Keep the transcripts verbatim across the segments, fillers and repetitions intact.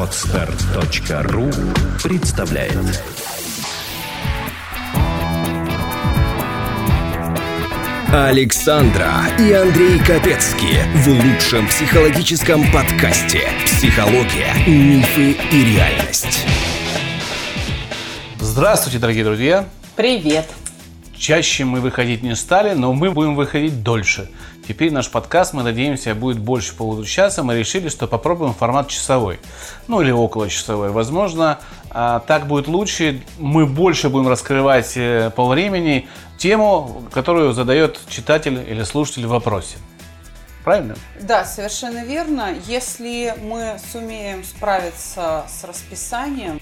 Подстер точка ру представляет. Александра и Андрей Капецки в лучшем психологическом подкасте «Психология, мифы и реальность». Здравствуйте, дорогие друзья! Привет! Чаще мы выходить не стали, но мы будем выходить дольше. Теперь наш подкаст, мы надеемся, будет больше получаса. Мы решили, что попробуем формат часовой. Ну или околочасовой. Возможно, так будет лучше. Мы больше будем раскрывать по времени тему, которую задает читатель или слушатель в вопросе. Правильно? Да, совершенно верно. Если мы сумеем справиться с расписанием,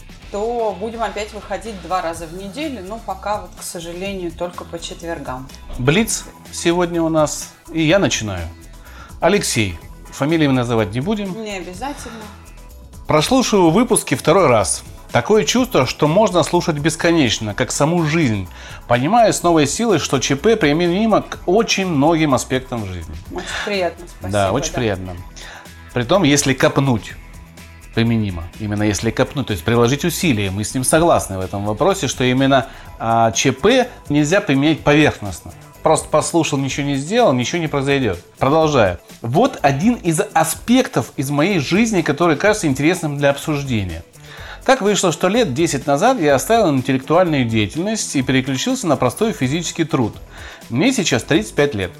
то будем опять выходить два раза в неделю, но пока, вот, к сожалению, только по четвергам. Блиц сегодня у нас, и я начинаю. Алексей, фамилии мы называть не будем. Не обязательно. Прослушиваю выпуски второй раз. Такое чувство, что можно слушать бесконечно, как саму жизнь, понимая с новой силой, что ЧП применимо к очень многим аспектам жизни. Очень приятно, спасибо. Да, очень да. приятно. Притом, если копнуть, применимо. Именно если копнуть, то есть приложить усилия. Мы с ним согласны в этом вопросе, что именно а, ЧП нельзя применять поверхностно. Просто послушал, ничего не сделал, ничего не произойдет. Продолжаю. Вот один из аспектов из моей жизни, который кажется интересным для обсуждения. Так вышло, что лет десять назад я оставил интеллектуальную деятельность и переключился на простой физический труд. Мне сейчас тридцать пять лет.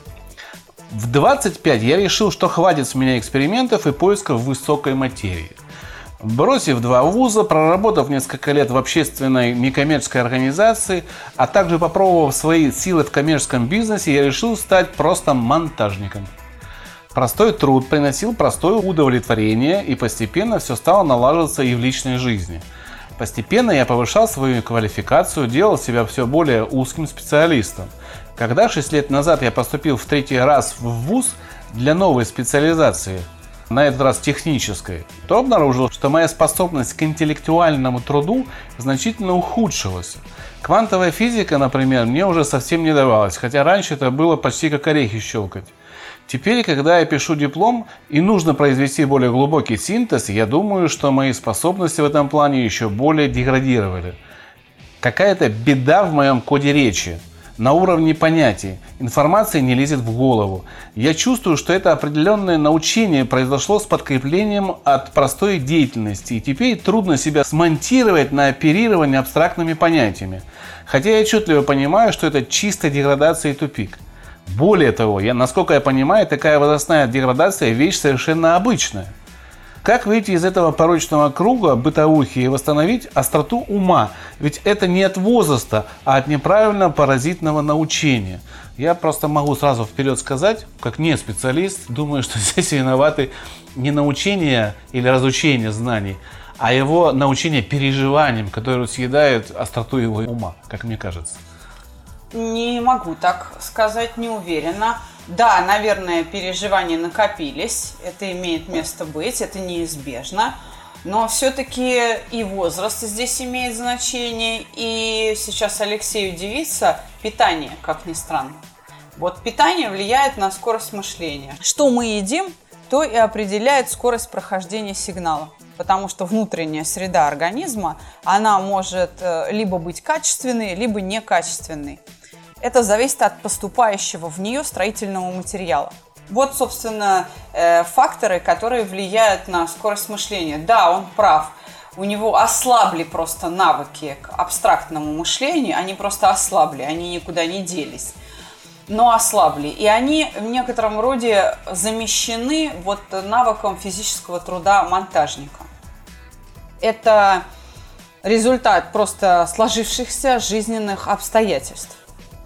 В двадцать пять я решил, что хватит с меня экспериментов и поисков высокой материи. Бросив два вуза, проработав несколько лет в общественной некоммерческой организации, а также попробовав свои силы в коммерческом бизнесе, я решил стать просто монтажником. Простой труд приносил простое удовлетворение, и постепенно все стало налаживаться и в личной жизни. Постепенно я повышал свою квалификацию, делал себя все более узким специалистом. Когда шесть лет назад я поступил в третий раз в вуз для новой специализации, на этот раз технической, то обнаружил, что моя способность к интеллектуальному труду значительно ухудшилась. Квантовая физика, например, мне уже совсем не давалась, хотя раньше это было почти как орехи щелкать. Теперь, когда я пишу диплом и нужно произвести более глубокий синтез, я думаю, что мои способности в этом плане еще более деградировали. Какая-то беда в моем коде речи. На уровне понятий. Информация не лезет в голову. Я чувствую, что это определенное научение произошло с подкреплением от простой деятельности. И теперь трудно себя смонтировать на оперирование абстрактными понятиями. Хотя я отчетливо понимаю, что это чистая деградация и тупик. Более того, я, насколько я понимаю, такая возрастная деградация – вещь совершенно обычная. Как выйти из этого порочного круга бытовухи и восстановить остроту ума? Ведь это не от возраста, а от неправильного паразитного научения. Я просто могу сразу вперед сказать, как не специалист, думаю, что здесь виноваты не научение или разучение знаний, а его научение переживаниям, которые съедают остроту его ума, как мне кажется. Не могу так сказать, не уверена. Да, наверное, переживания накопились, это имеет место быть, это неизбежно, но все-таки и возраст здесь имеет значение, и сейчас Алексей удивится, питание, как ни странно. Вот питание влияет на скорость мышления. Что мы едим, то и определяет скорость прохождения сигнала, потому что внутренняя среда организма, она может либо быть качественной, либо некачественной. Это зависит от поступающего в нее строительного материала. Вот, собственно, факторы, которые влияют на скорость мышления. Да, он прав. У него ослабли просто навыки к абстрактному мышлению. Они просто ослабли, они никуда не делись. Но ослабли. И они в некотором роде замещены вот навыком физического труда монтажника. Это результат просто сложившихся жизненных обстоятельств.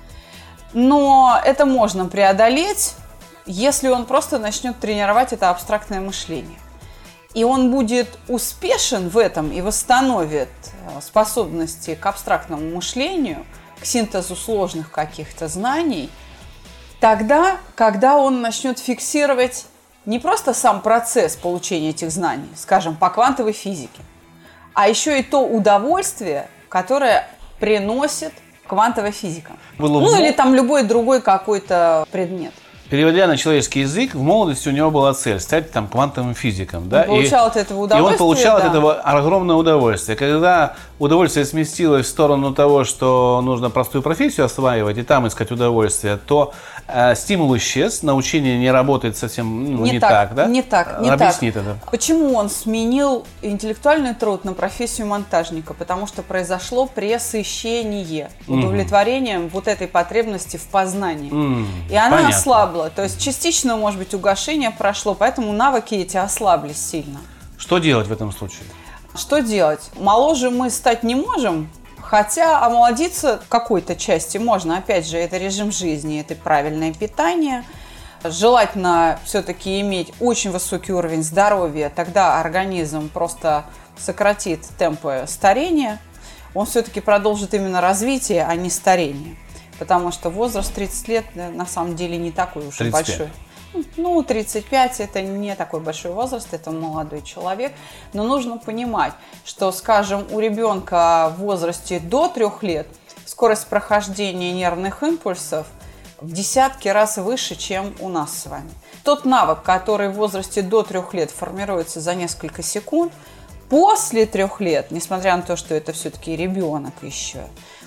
Но это можно преодолеть, если он просто начнет тренировать это абстрактное мышление. И он будет успешен в этом и восстановит способности к абстрактному мышлению, к синтезу сложных каких-то знаний, тогда, когда он начнет фиксировать не просто сам процесс получения этих знаний, скажем, по квантовой физике, а еще и то удовольствие, которое приносит квантовая физика. Было ну, или там любой другой какой-то предмет. Переводя на человеческий язык, в молодости у него была цель стать там квантовым физиком. Да? Он получал и, от этого удовольствие. И он получал да. от этого огромное удовольствие. Когда удовольствие сместилось в сторону того, что нужно простую профессию осваивать и там искать удовольствие, то э, стимул исчез, научение не работает совсем ну, не, не так, так. Да? Не так, не Объясни так. это. Почему он сменил интеллектуальный труд на профессию монтажника? Потому что произошло пресыщение, удовлетворением mm. вот этой потребности в познании. Mm. И она Понятно. ослабла. То есть частично, может быть, угошение прошло, поэтому навыки эти ослаблись сильно. Что делать в этом случае? Что делать? Моложе мы стать не можем, хотя омолодиться в какой-то части можно. Опять же, это режим жизни, это правильное питание. Желательно все-таки иметь очень высокий уровень здоровья, тогда организм просто сократит темпы старения. Он все-таки продолжит именно развитие, а не старение. Потому что возраст тридцать лет на самом деле не такой уж и большой. Ну, тридцать пять это не такой большой возраст, это молодой человек. Но нужно понимать, что, скажем, у ребенка в возрасте до трех лет скорость прохождения нервных импульсов в десятки раз выше, чем у нас с вами. Тот навык, который в возрасте до трех лет формируется за несколько секунд, после трех лет, несмотря на то, что это все-таки ребенок еще,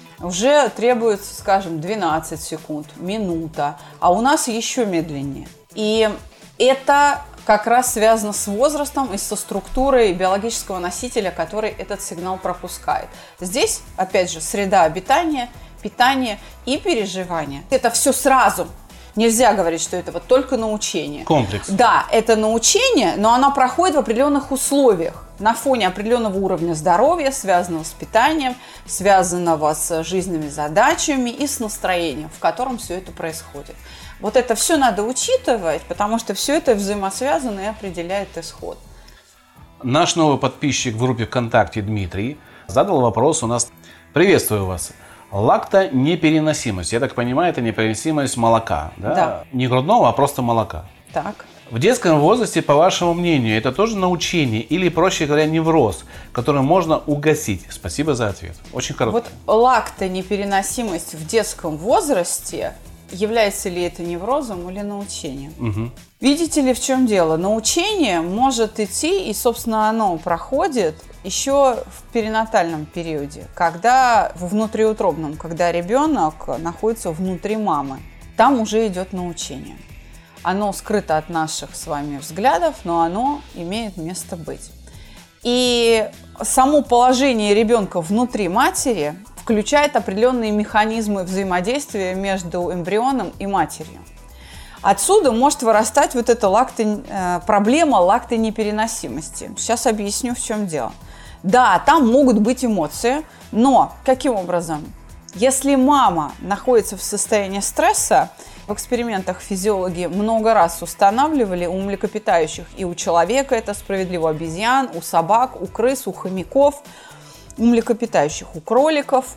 уже требуется, скажем, двенадцать секунд, минута, а у нас еще медленнее. И это как раз связано с возрастом и со структурой биологического носителя, который этот сигнал пропускает. Здесь, опять же, среда обитания, питание и переживание. Это все сразу. Нельзя говорить, что это вот только научение. Комплекс. Да, это научение, но оно проходит в определенных условиях. На фоне определенного уровня здоровья, связанного с питанием, связанного с жизненными задачами и с настроением, в котором все это происходит. Вот это все надо учитывать, потому что все это взаимосвязано и определяет исход. Наш новый подписчик в группе ВКонтакте Дмитрий задал вопрос у нас. Приветствую вас. Лактонепереносимость. Я так понимаю, это непереносимость молока. Да? Да. Не грудного, а просто молока. Так. В детском возрасте, по вашему мнению, это тоже научение или, проще говоря, невроз, который можно угасить? Спасибо за ответ. Очень коротко. Вот лактонепереносимость в детском возрасте, является ли это неврозом или научением? Угу. Видите ли, в чем дело? Научение может идти, и, собственно, оно проходит еще в перинатальном периоде, когда в внутриутробном, когда ребенок находится внутри мамы. Там уже идет научение. Оно скрыто от наших с вами взглядов, но оно имеет место быть. И само положение ребенка внутри матери включает определенные механизмы взаимодействия между эмбрионом и матерью. Отсюда может вырастать вот эта лакто... проблема лактонепереносимости. Сейчас объясню, в чем дело. Да, там могут быть эмоции, но каким образом? Если мама находится в состоянии стресса, в экспериментах физиологи много раз устанавливали у млекопитающих, и у человека это справедливо, у обезьян, у собак, у крыс, у хомяков, у млекопитающих, у кроликов,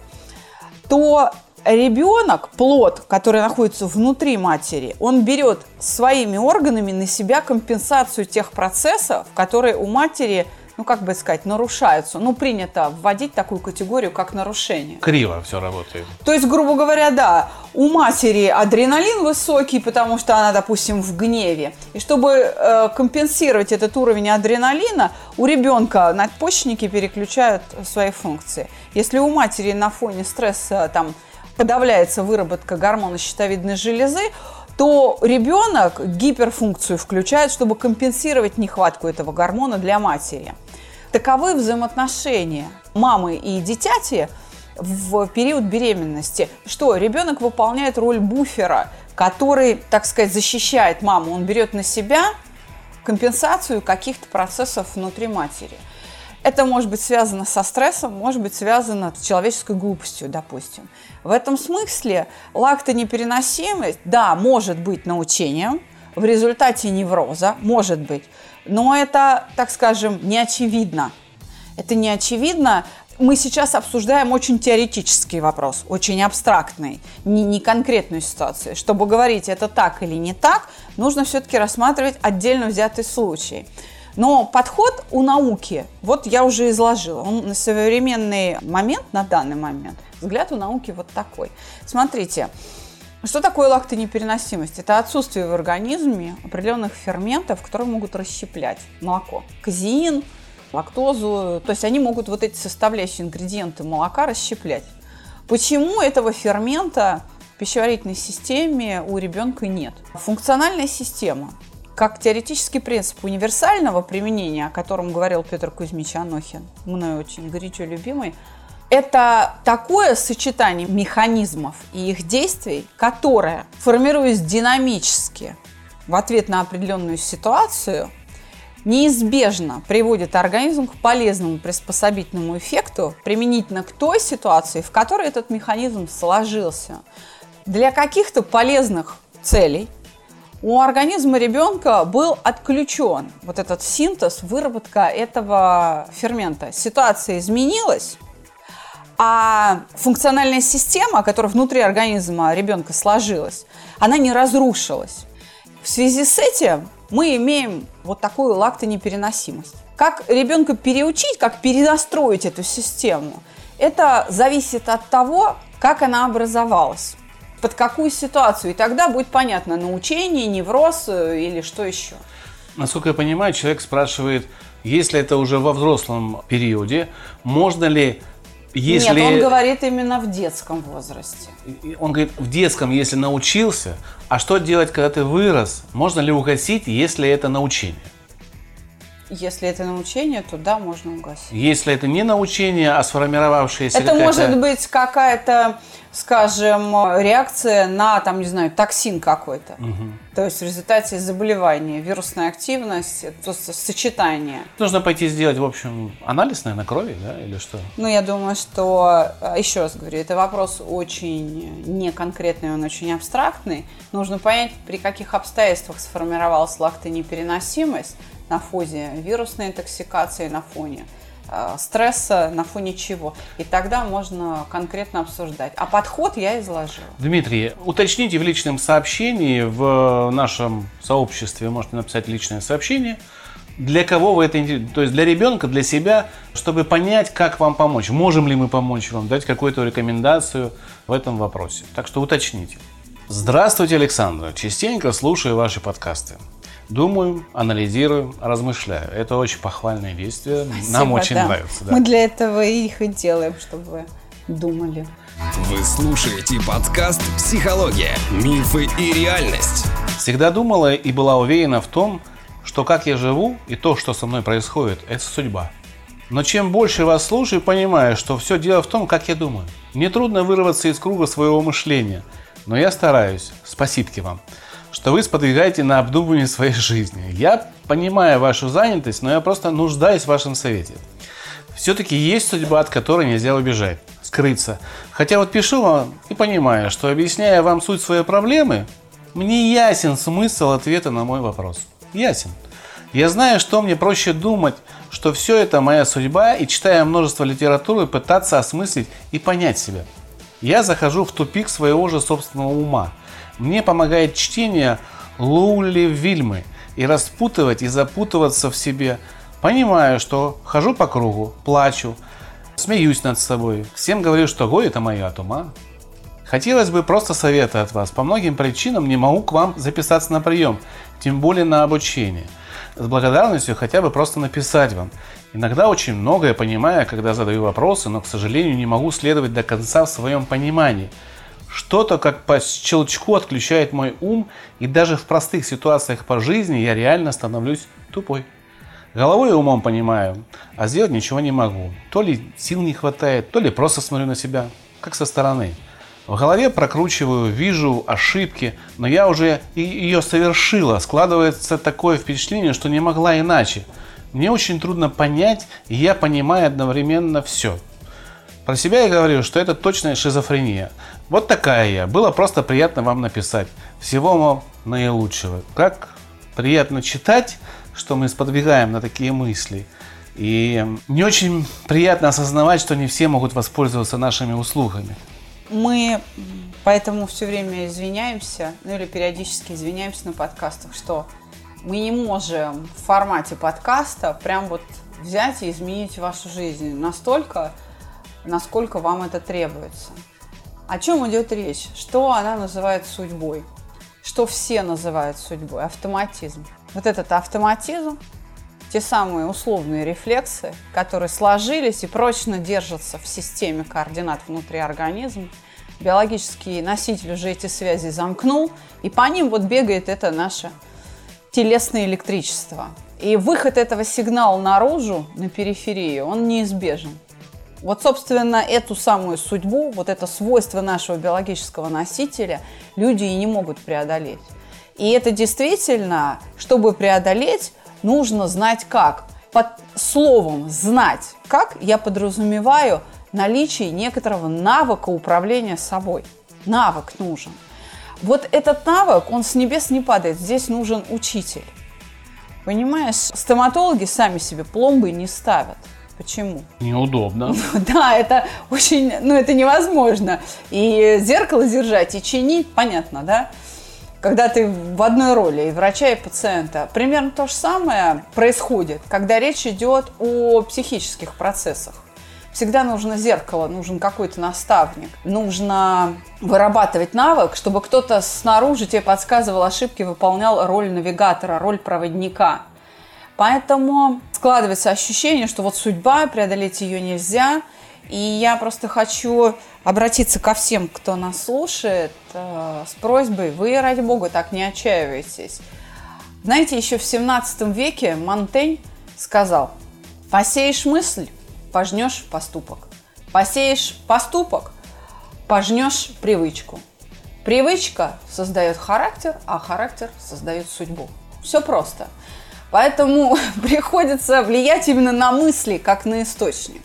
то ребенок, плод, который находится внутри матери, он берет своими органами на себя компенсацию тех процессов, которые у матери, ну, как бы сказать, нарушаются. Ну, принято вводить такую категорию, как нарушение. Криво все работает. То есть, грубо говоря, да, у матери адреналин высокий, потому что она, допустим, в гневе. И чтобы э, компенсировать этот уровень адреналина, у ребенка надпочечники переключают свои функции. Если у матери на фоне стресса там подавляется выработка гормона щитовидной железы, то ребенок гиперфункцию включает, чтобы компенсировать нехватку этого гормона для матери. Таковы взаимоотношения мамы и дитяти в период беременности. Что ребенок выполняет роль буфера, который, так сказать, защищает маму. Он берет на себя компенсацию каких-то процессов внутри матери. Это может быть связано со стрессом, может быть связано с человеческой глупостью, допустим. В этом смысле лактонепереносимость, да, может быть научением в результате невроза, может быть, но это, так скажем, не очевидно. Это не очевидно. Мы сейчас обсуждаем очень теоретический вопрос, очень абстрактный, не, не конкретную ситуацию. Чтобы говорить, это так или не так, нужно все-таки рассматривать отдельно взятый случай. Но подход у науки, вот я уже изложила, он на современный момент, на данный момент, взгляд у науки вот такой. Смотрите, Что такое лактонепереносимость? Это отсутствие в организме определенных ферментов, которые могут расщеплять молоко. Казеин, лактозу, то есть они могут вот эти составляющие ингредиенты молока расщеплять. Почему этого фермента в пищеварительной системе у ребенка нет? Функциональная система, как теоретический принцип универсального применения, о котором говорил Петр Кузьмич Анохин, мной очень горячо любимый, это такое сочетание механизмов и их действий, которое, формируясь динамически в ответ на определенную ситуацию, неизбежно приводит организм к полезному приспособительному эффекту применительно к той ситуации, в которой этот механизм сложился. Для каких-то полезных целей у организма ребенка был отключен вот этот синтез, выработка этого фермента. Ситуация изменилась, а функциональная система, которая внутри организма ребенка сложилась, она не разрушилась. В связи с этим мы имеем вот такую лактонепереносимость. Как ребенка переучить, как перенастроить эту систему, это зависит от того, как она образовалась, под какую ситуацию. И тогда будет понятно, научение, невроз или что еще. Насколько я понимаю, человек спрашивает, если это уже во взрослом периоде, можно ли... Если... Нет, он говорит именно в детском возрасте. Он говорит, в детском, если научился, а что делать, когда ты вырос? Можно ли угасить, если это научение? Если это научение, то да, можно угасить. Если это не научение, а сформировавшееся... Это может быть какая-то, скажем, реакция на, там, не знаю, токсин какой-то. Угу. То есть в результате заболевания, вирусная активность, то сочетание. Нужно пойти сделать, в общем, анализ, наверное, крови, да, или что? Ну, я думаю, что, еще раз говорю, это вопрос очень неконкретный, он очень абстрактный. Нужно понять, при каких обстоятельствах сформировалась лактонепереносимость на фоне вирусной интоксикации, на фоне э, стресса, на фоне чего. И тогда можно конкретно обсуждать. А подход я изложила. Дмитрий, уточните в личном сообщении в нашем сообществе, можете написать личное сообщение, для кого вы это интересуете, то есть для ребенка, для себя, чтобы понять, как вам помочь. Можем ли мы помочь вам, дать какую-то рекомендацию в этом вопросе. Так что уточните. Здравствуйте, Александра. Частенько слушаю ваши подкасты. Думаю, анализирую, размышляю. Это очень похвальные действия. Спасибо, нам очень да. нравится. Да. Мы для этого их и делаем, чтобы вы думали. Вы слушаете подкаст «Психология. Мифы и реальность». Всегда думала и была уверена в том, что как я живу и то, что со мной происходит, это судьба. Но чем больше вас слушаю, понимаю, что все дело в том, как я думаю. Мне трудно вырваться из круга своего мышления, но я стараюсь. Спасибо вам, что вы сподвигаете на обдумывание своей жизни. Я понимаю вашу занятость, но я просто нуждаюсь в вашем совете. Все-таки есть судьба, от которой нельзя убежать, скрыться. Хотя вот пишу вам и понимаю, что, объясняя вам суть своей проблемы, мне ясен смысл ответа на мой вопрос. Ясен. Я знаю, что мне проще думать, что все это моя судьба, и, читая множество литературы, пытаться осмыслить и понять себя. Я захожу в тупик своего же собственного ума. Мне помогает чтение Лоули Вильмы и распутывать и запутываться в себе. Понимаю, что хожу по кругу, плачу, смеюсь над собой. Всем говорю, что горе это мое от ума. Хотелось бы просто совета от вас. По многим причинам не могу к вам записаться на прием, тем более на обучение. С благодарностью хотя бы просто написать вам. Иногда очень многое понимаю, когда задаю вопросы, но, к сожалению, не могу следовать до конца в своем понимании. Что-то как по щелчку отключает мой ум, и даже в простых ситуациях по жизни я реально становлюсь тупой. Головой и умом понимаю, а сделать ничего не могу. То ли сил не хватает, то ли просто смотрю на себя, как со стороны. В голове прокручиваю, вижу ошибки, но я уже и ее совершила. Складывается такое впечатление, что не могла иначе. Мне очень трудно понять, и я понимаю одновременно все. Про себя я говорю, что это точная шизофрения. Вот такая я. Было просто приятно вам написать. Всего вам наилучшего. Как приятно читать, что мы сподвигаем на такие мысли. И не очень приятно осознавать, что не все могут воспользоваться нашими услугами. Мы поэтому все время извиняемся, ну или периодически извиняемся на подкастах, что мы не можем в формате подкаста прям вот взять и изменить вашу жизнь настолько, насколько вам это требуется. О чем идет речь? Что она называет судьбой? Что все называют судьбой? Автоматизм. Вот этот автоматизм, те самые условные рефлексы, которые сложились и прочно держатся в системе координат внутри организма. Биологический носитель уже эти связи замкнул, и по ним вот бегает это наше телесное электричество. И выход этого сигнала наружу, на периферию, он неизбежен. Вот, собственно, эту самую судьбу, вот это свойство нашего биологического носителя люди и не могут преодолеть. И это действительно, чтобы преодолеть, нужно знать как. Под словом «знать как» я подразумеваю наличие некоторого навыка управления собой. Навык нужен. Вот этот навык, он с небес не падает, здесь нужен учитель. Понимаешь, стоматологи сами себе пломбы не ставят. Почему? Неудобно. Да, это очень, ну это невозможно. И зеркало держать, и чинить, понятно, да? Когда ты в одной роли, и врача, и пациента. Примерно то же самое происходит, когда речь идет о психических процессах. Всегда нужно зеркало, нужен какой-то наставник. Нужно вырабатывать навык, чтобы кто-то снаружи тебе подсказывал ошибки, выполнял роль навигатора, роль проводника. Поэтому складывается ощущение, что вот судьба, преодолеть ее нельзя. И я просто хочу обратиться ко всем, кто нас слушает, э, с просьбой: вы, ради бога, так не отчаивайтесь. Знаете, еще в семнадцатом веке Монтень сказал: «Посеешь мысль, пожнешь поступок. Посеешь поступок, пожнешь привычку. Привычка создает характер, а характер создает судьбу». Все просто. Поэтому приходится влиять именно на мысли, как на источник.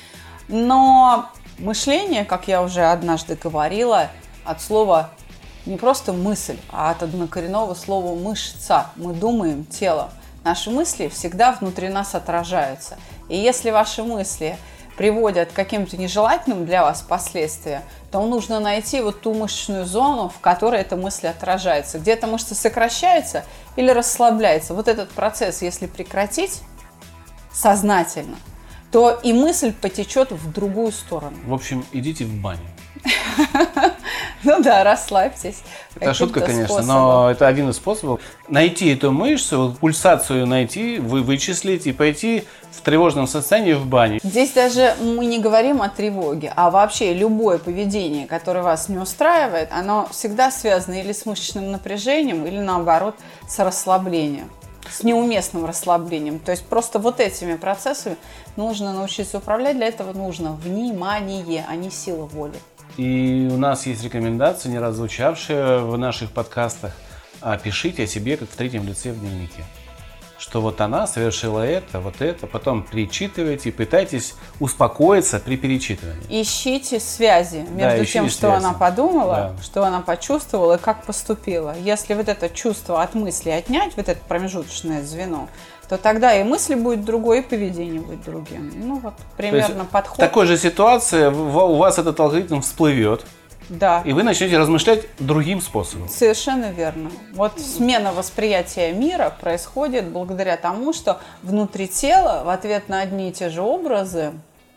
Но мышление, как я уже однажды говорила, от слова не просто мысль, а от однокоренного слова мышца. Мы думаем телом. Наши мысли всегда внутри нас отражаются. И если ваши мысли приводят к каким-то нежелательным для вас последствиям, то нужно найти вот ту мышечную зону, в которой эта мысль отражается. Где-то мышца сокращается или расслабляется. Вот этот процесс, если прекратить сознательно, то и мысль потечет в другую сторону. В общем, идите в баню. Ну да, расслабьтесь. Это шутка, конечно, но это один из способов. Найти эту мышцу, пульсацию найти, вы вычислить и пойти в тревожном состоянии в баню. Здесь даже мы не говорим о тревоге, а вообще любое поведение, которое вас не устраивает, оно всегда связано или с мышечным напряжением, или наоборот с расслаблением, с неуместным расслаблением. То есть просто вот этими процессами нужно научиться управлять. Для этого нужно внимание, а не сила воли. И у нас есть рекомендации, не раз звучавшие в наших подкастах. Пишите о себе, как в третьем лице в дневнике. Что вот она совершила это, вот это, потом перечитывайте, пытайтесь успокоиться при перечитывании. Ищите связи между да, тем, что связи. Она подумала, да. Что она почувствовала и как поступила. Если вот это чувство от мысли отнять, вот это промежуточное звено, то тогда и мысль будет другой, и поведение будет другим. Ну вот примерно подход. В такой же ситуации у вас этот алгоритм всплывет. Да. И вы начнете размышлять другим способом. Совершенно верно. Вот смена восприятия мира происходит благодаря тому, что внутри тела в ответ на одни и те же образы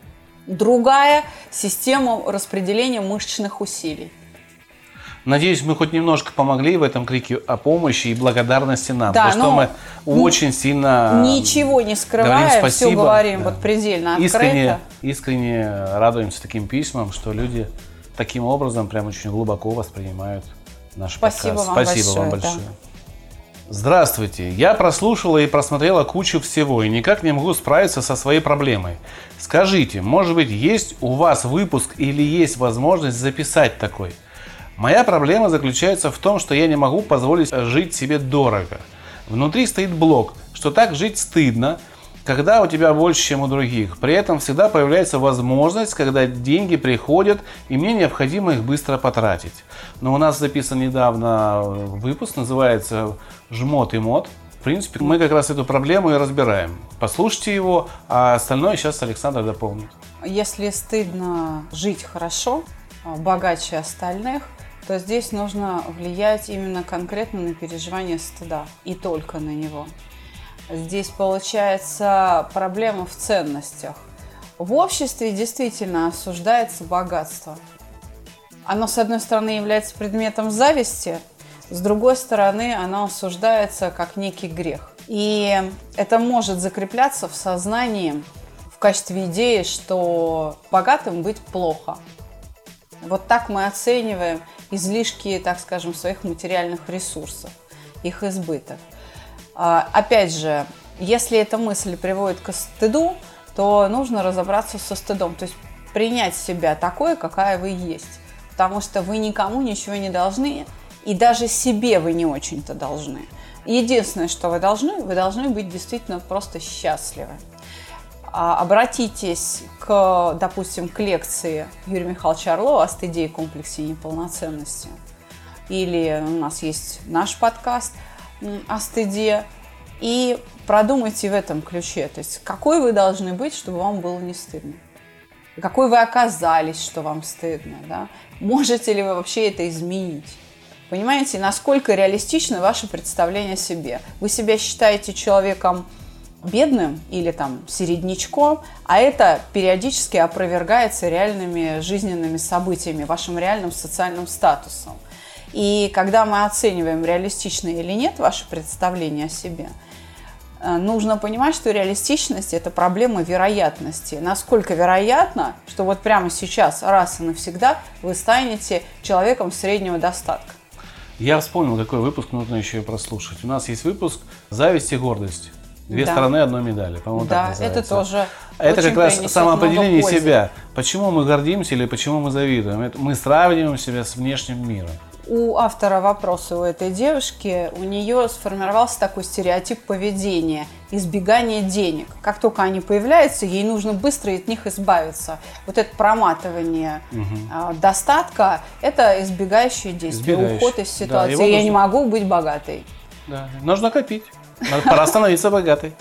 другая система распределения мышечных усилий. Надеюсь, мы хоть немножко помогли в этом крике о помощи и благодарности нам. Да, за что мы очень сильно ничего не скрывая, все говорим да. вот предельно открыто. Искренне, искренне радуемся таким письмам, что люди таким образом прям очень глубоко воспринимают наш Спасибо подкаст. Вам Спасибо большое, вам большое. Да. Здравствуйте. Я прослушала и просмотрела кучу всего и никак не могу справиться со своей проблемой. Скажите, может быть, есть у вас выпуск или есть возможность записать такой? Моя проблема заключается в том, что я не могу позволить жить себе дорого. Внутри стоит блок, что так жить стыдно, когда у тебя больше, чем у других. При этом всегда появляется возможность, когда деньги приходят, и мне необходимо их быстро потратить. Но у нас записан недавно выпуск, называется «Жмот и мод». В принципе, мы как раз эту проблему и разбираем. Послушайте его, а остальное сейчас Александр дополнит. Если стыдно жить хорошо, богаче остальных, то здесь нужно влиять именно конкретно на переживание стыда и только на него. Здесь получается проблема в ценностях. В обществе действительно осуждается богатство. оно, с одной стороны, является предметом зависти, с другой стороны, оно осуждается как некий грех. И это может закрепляться в сознании в качестве идеи, что богатым быть плохо. Вот так мы оцениваем излишки, так скажем, своих материальных ресурсов, их избыток. Опять же, если эта мысль приводит к стыду, то нужно разобраться со стыдом, то есть принять себя такой, какая вы есть. Потому что вы никому ничего не должны, и даже себе вы не очень-то должны. Единственное, что вы должны, вы должны быть действительно просто счастливы. Обратитесь, к, допустим, к лекции Юрия Михайловича Орлова о стыде и комплексе неполноценности. Или у нас есть наш подкаст о стыде. И продумайте в этом ключе. То есть, какой вы должны быть, чтобы вам было не стыдно. Какой вы оказались, что вам стыдно. Да? Можете ли вы вообще это изменить? Понимаете, насколько реалистично ваше представление о себе? Вы себя считаете человеком бедным или там середнячком, а это периодически опровергается реальными жизненными событиями, вашим реальным социальным статусом. И когда мы оцениваем, реалистично или нет ваше представление о себе, нужно понимать, что реалистичность – это проблема вероятности. Насколько вероятно, что вот прямо сейчас, раз и навсегда, вы станете человеком среднего достатка. Я вспомнил, какой выпуск нужно еще и прослушать. У нас есть выпуск «Зависть и гордость». Две да. стороны одной медали, по-моему, да, так называется. Это тоже Это как раз самоопределение себя. Почему мы гордимся или почему мы завидуем? Это мы сравниваем себя с внешним миром. У автора вопроса, у этой девушки, у нее сформировался такой стереотип поведения – избегание денег. Как только они появляются, ей нужно быстро от них избавиться. Вот это проматывание угу. достатка – это избегающее действие, избегающий. Уход из ситуации. Да, Я нужно... не могу быть богатой. Да. Нужно копить. Пора становиться богатой.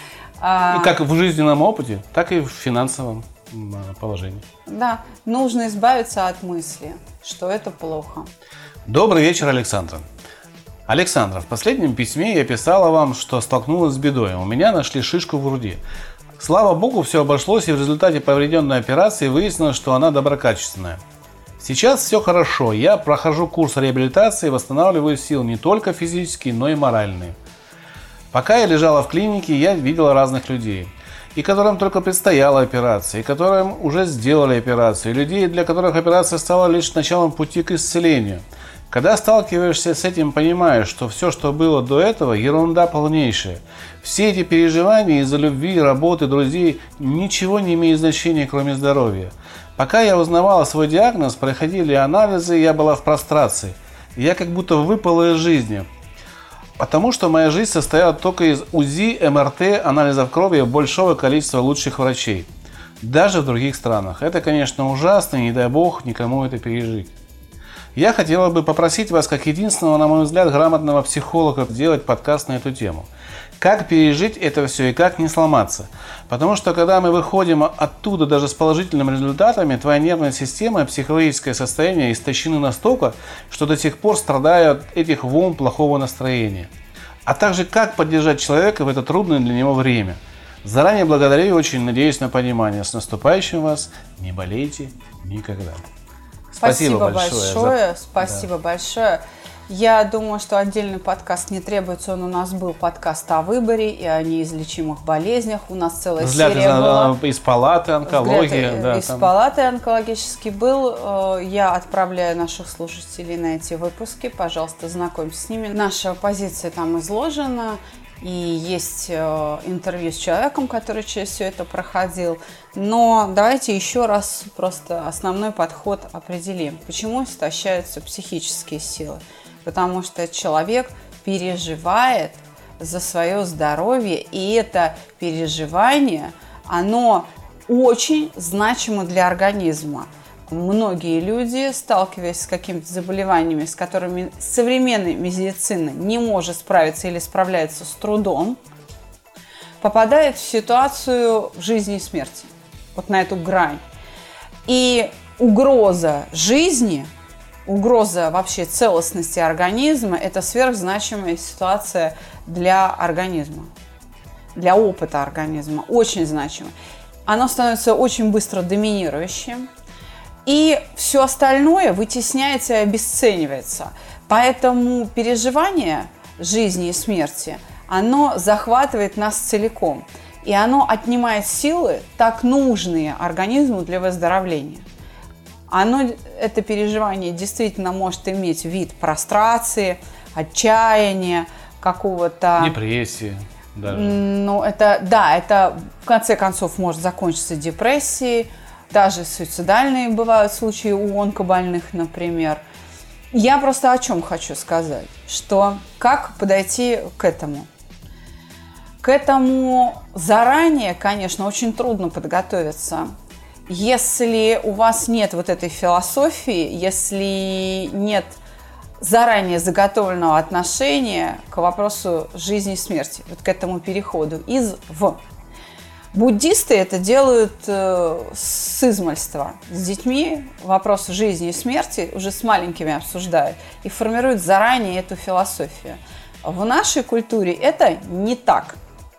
И как в жизненном опыте, так и в финансовом положении. Да, нужно избавиться от мысли, что это плохо. Добрый вечер, Александра. Александра, в последнем письме я писала вам, что столкнулась с бедой. У меня нашли шишку в груди. Слава богу, все обошлось, и в результате проведенной операции выяснилось, что она доброкачественная. Сейчас все хорошо. Я прохожу курс реабилитации и восстанавливаю силы не только физические, но и моральные. Пока я лежала в клинике, я видела разных людей. И которым только предстояла операция, и которым уже сделали операцию, и людей, для которых операция стала лишь началом пути к исцелению. Когда сталкиваешься с этим, понимаешь, что все, что было до этого, ерунда полнейшая. Все эти переживания из-за любви, работы, друзей ничего не имеют значения, кроме здоровья. Пока я узнавала свой диагноз, проходили анализы, я была в прострации. Я как будто выпала из жизни. Потому что моя жизнь состояла только из УЗИ, МРТ, анализов крови и большого количества лучших врачей. Даже в других странах. Это, конечно, ужасно, и не дай бог никому это пережить. Я хотела бы попросить вас, как единственного, на мой взгляд, грамотного психолога, сделать подкаст на эту тему. Как пережить это все и как не сломаться. Потому что, когда мы выходим оттуда даже с положительными результатами, твоя нервная система и психологическое состояние истощены настолько, что до сих пор страдают от этих волн плохого настроения. А также, как поддержать человека в это трудное для него время. Заранее благодарю и очень надеюсь на понимание. С наступающим вас. Не болейте никогда. Спасибо, спасибо большое. большое за... Спасибо да. большое. Я думаю, что отдельный подкаст не требуется. Он у нас был подкаст о выборе и о неизлечимых болезнях. У нас целая Взгляд серия из, была. Из палаты онкологии. Взгляд да, из там. палаты онкологический был. Я отправляю наших слушателей на эти выпуски. Пожалуйста, знакомьтесь с ними. Наша позиция там изложена. И есть интервью с человеком, который через все это проходил. Но давайте еще раз просто основной подход определим. Почему истощаются психические силы? Потому что человек переживает за свое здоровье, и это переживание, оно очень значимо для организма. Многие люди, сталкиваясь с какими-то заболеваниями, с которыми современная медицина не может справиться или справляется с трудом, попадают в ситуацию жизни и смерти, вот на эту грань. И угроза жизни, угроза вообще целостности организма – это сверхзначимая ситуация для организма, для опыта организма, очень значимая. Оно становится очень быстро доминирующим. и все остальное вытесняется и обесценивается. Поэтому переживание жизни и смерти, оно захватывает нас целиком. И оно отнимает силы, так нужные организму для выздоровления. Оно, это переживание действительно может иметь вид прострации, отчаяния, какого-то... Депрессии. Даже. Ну, это, да, это в конце концов может закончиться депрессией. Даже суицидальные бывают случаи у онкобольных, например. Я просто о чем хочу сказать, что как подойти к этому. К этому заранее, конечно, очень трудно подготовиться. Если у вас нет вот этой философии, если нет заранее заготовленного отношения к вопросу жизни и смерти, вот к этому переходу из в. Буддисты это делают э, с измальства. С детьми вопрос жизни и смерти уже с маленькими обсуждают и формируют заранее эту философию. В нашей культуре это не так.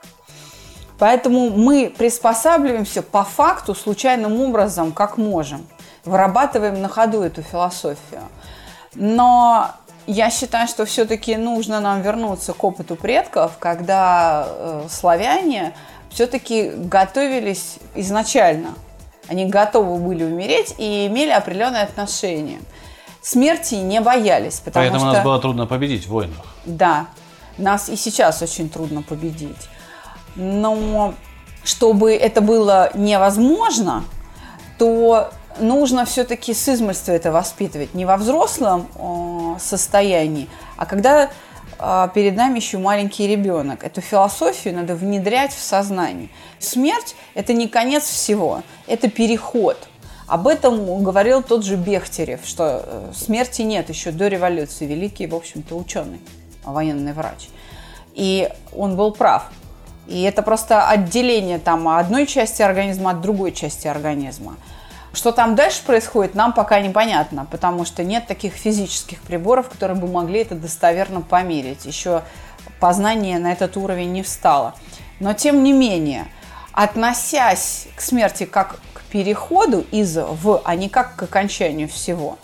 Поэтому мы приспосабливаемся по факту случайным образом, как можем. Вырабатываем на ходу эту философию. Но я считаю, что все-таки нужно нам вернуться к опыту предков, когда э, славяне все-таки готовились изначально. Они готовы были умереть и имели определенное отношение. Смерти не боялись. Потому Поэтому что, нас было трудно победить в войнах. Да, нас и сейчас очень трудно победить. Но чтобы это было невозможно, то нужно все-таки с измальства это воспитывать. Не во взрослом э, состоянии, а когда э, перед нами еще маленький ребенок. Эту философию надо внедрять в сознание. Смерть – это не конец всего, это переход. Об этом говорил тот же Бехтерев, что э, смерти нет еще до революции. Великий, в общем-то, ученый, военный врач. И он был прав. И это просто отделение там одной части организма от другой части организма. Что там дальше происходит, нам пока непонятно, потому что нет таких физических приборов, которые бы могли это достоверно померить. Еще познание на этот уровень не встало. Но тем не менее, относясь к смерти как к переходу из в, а не как к окончанию всего,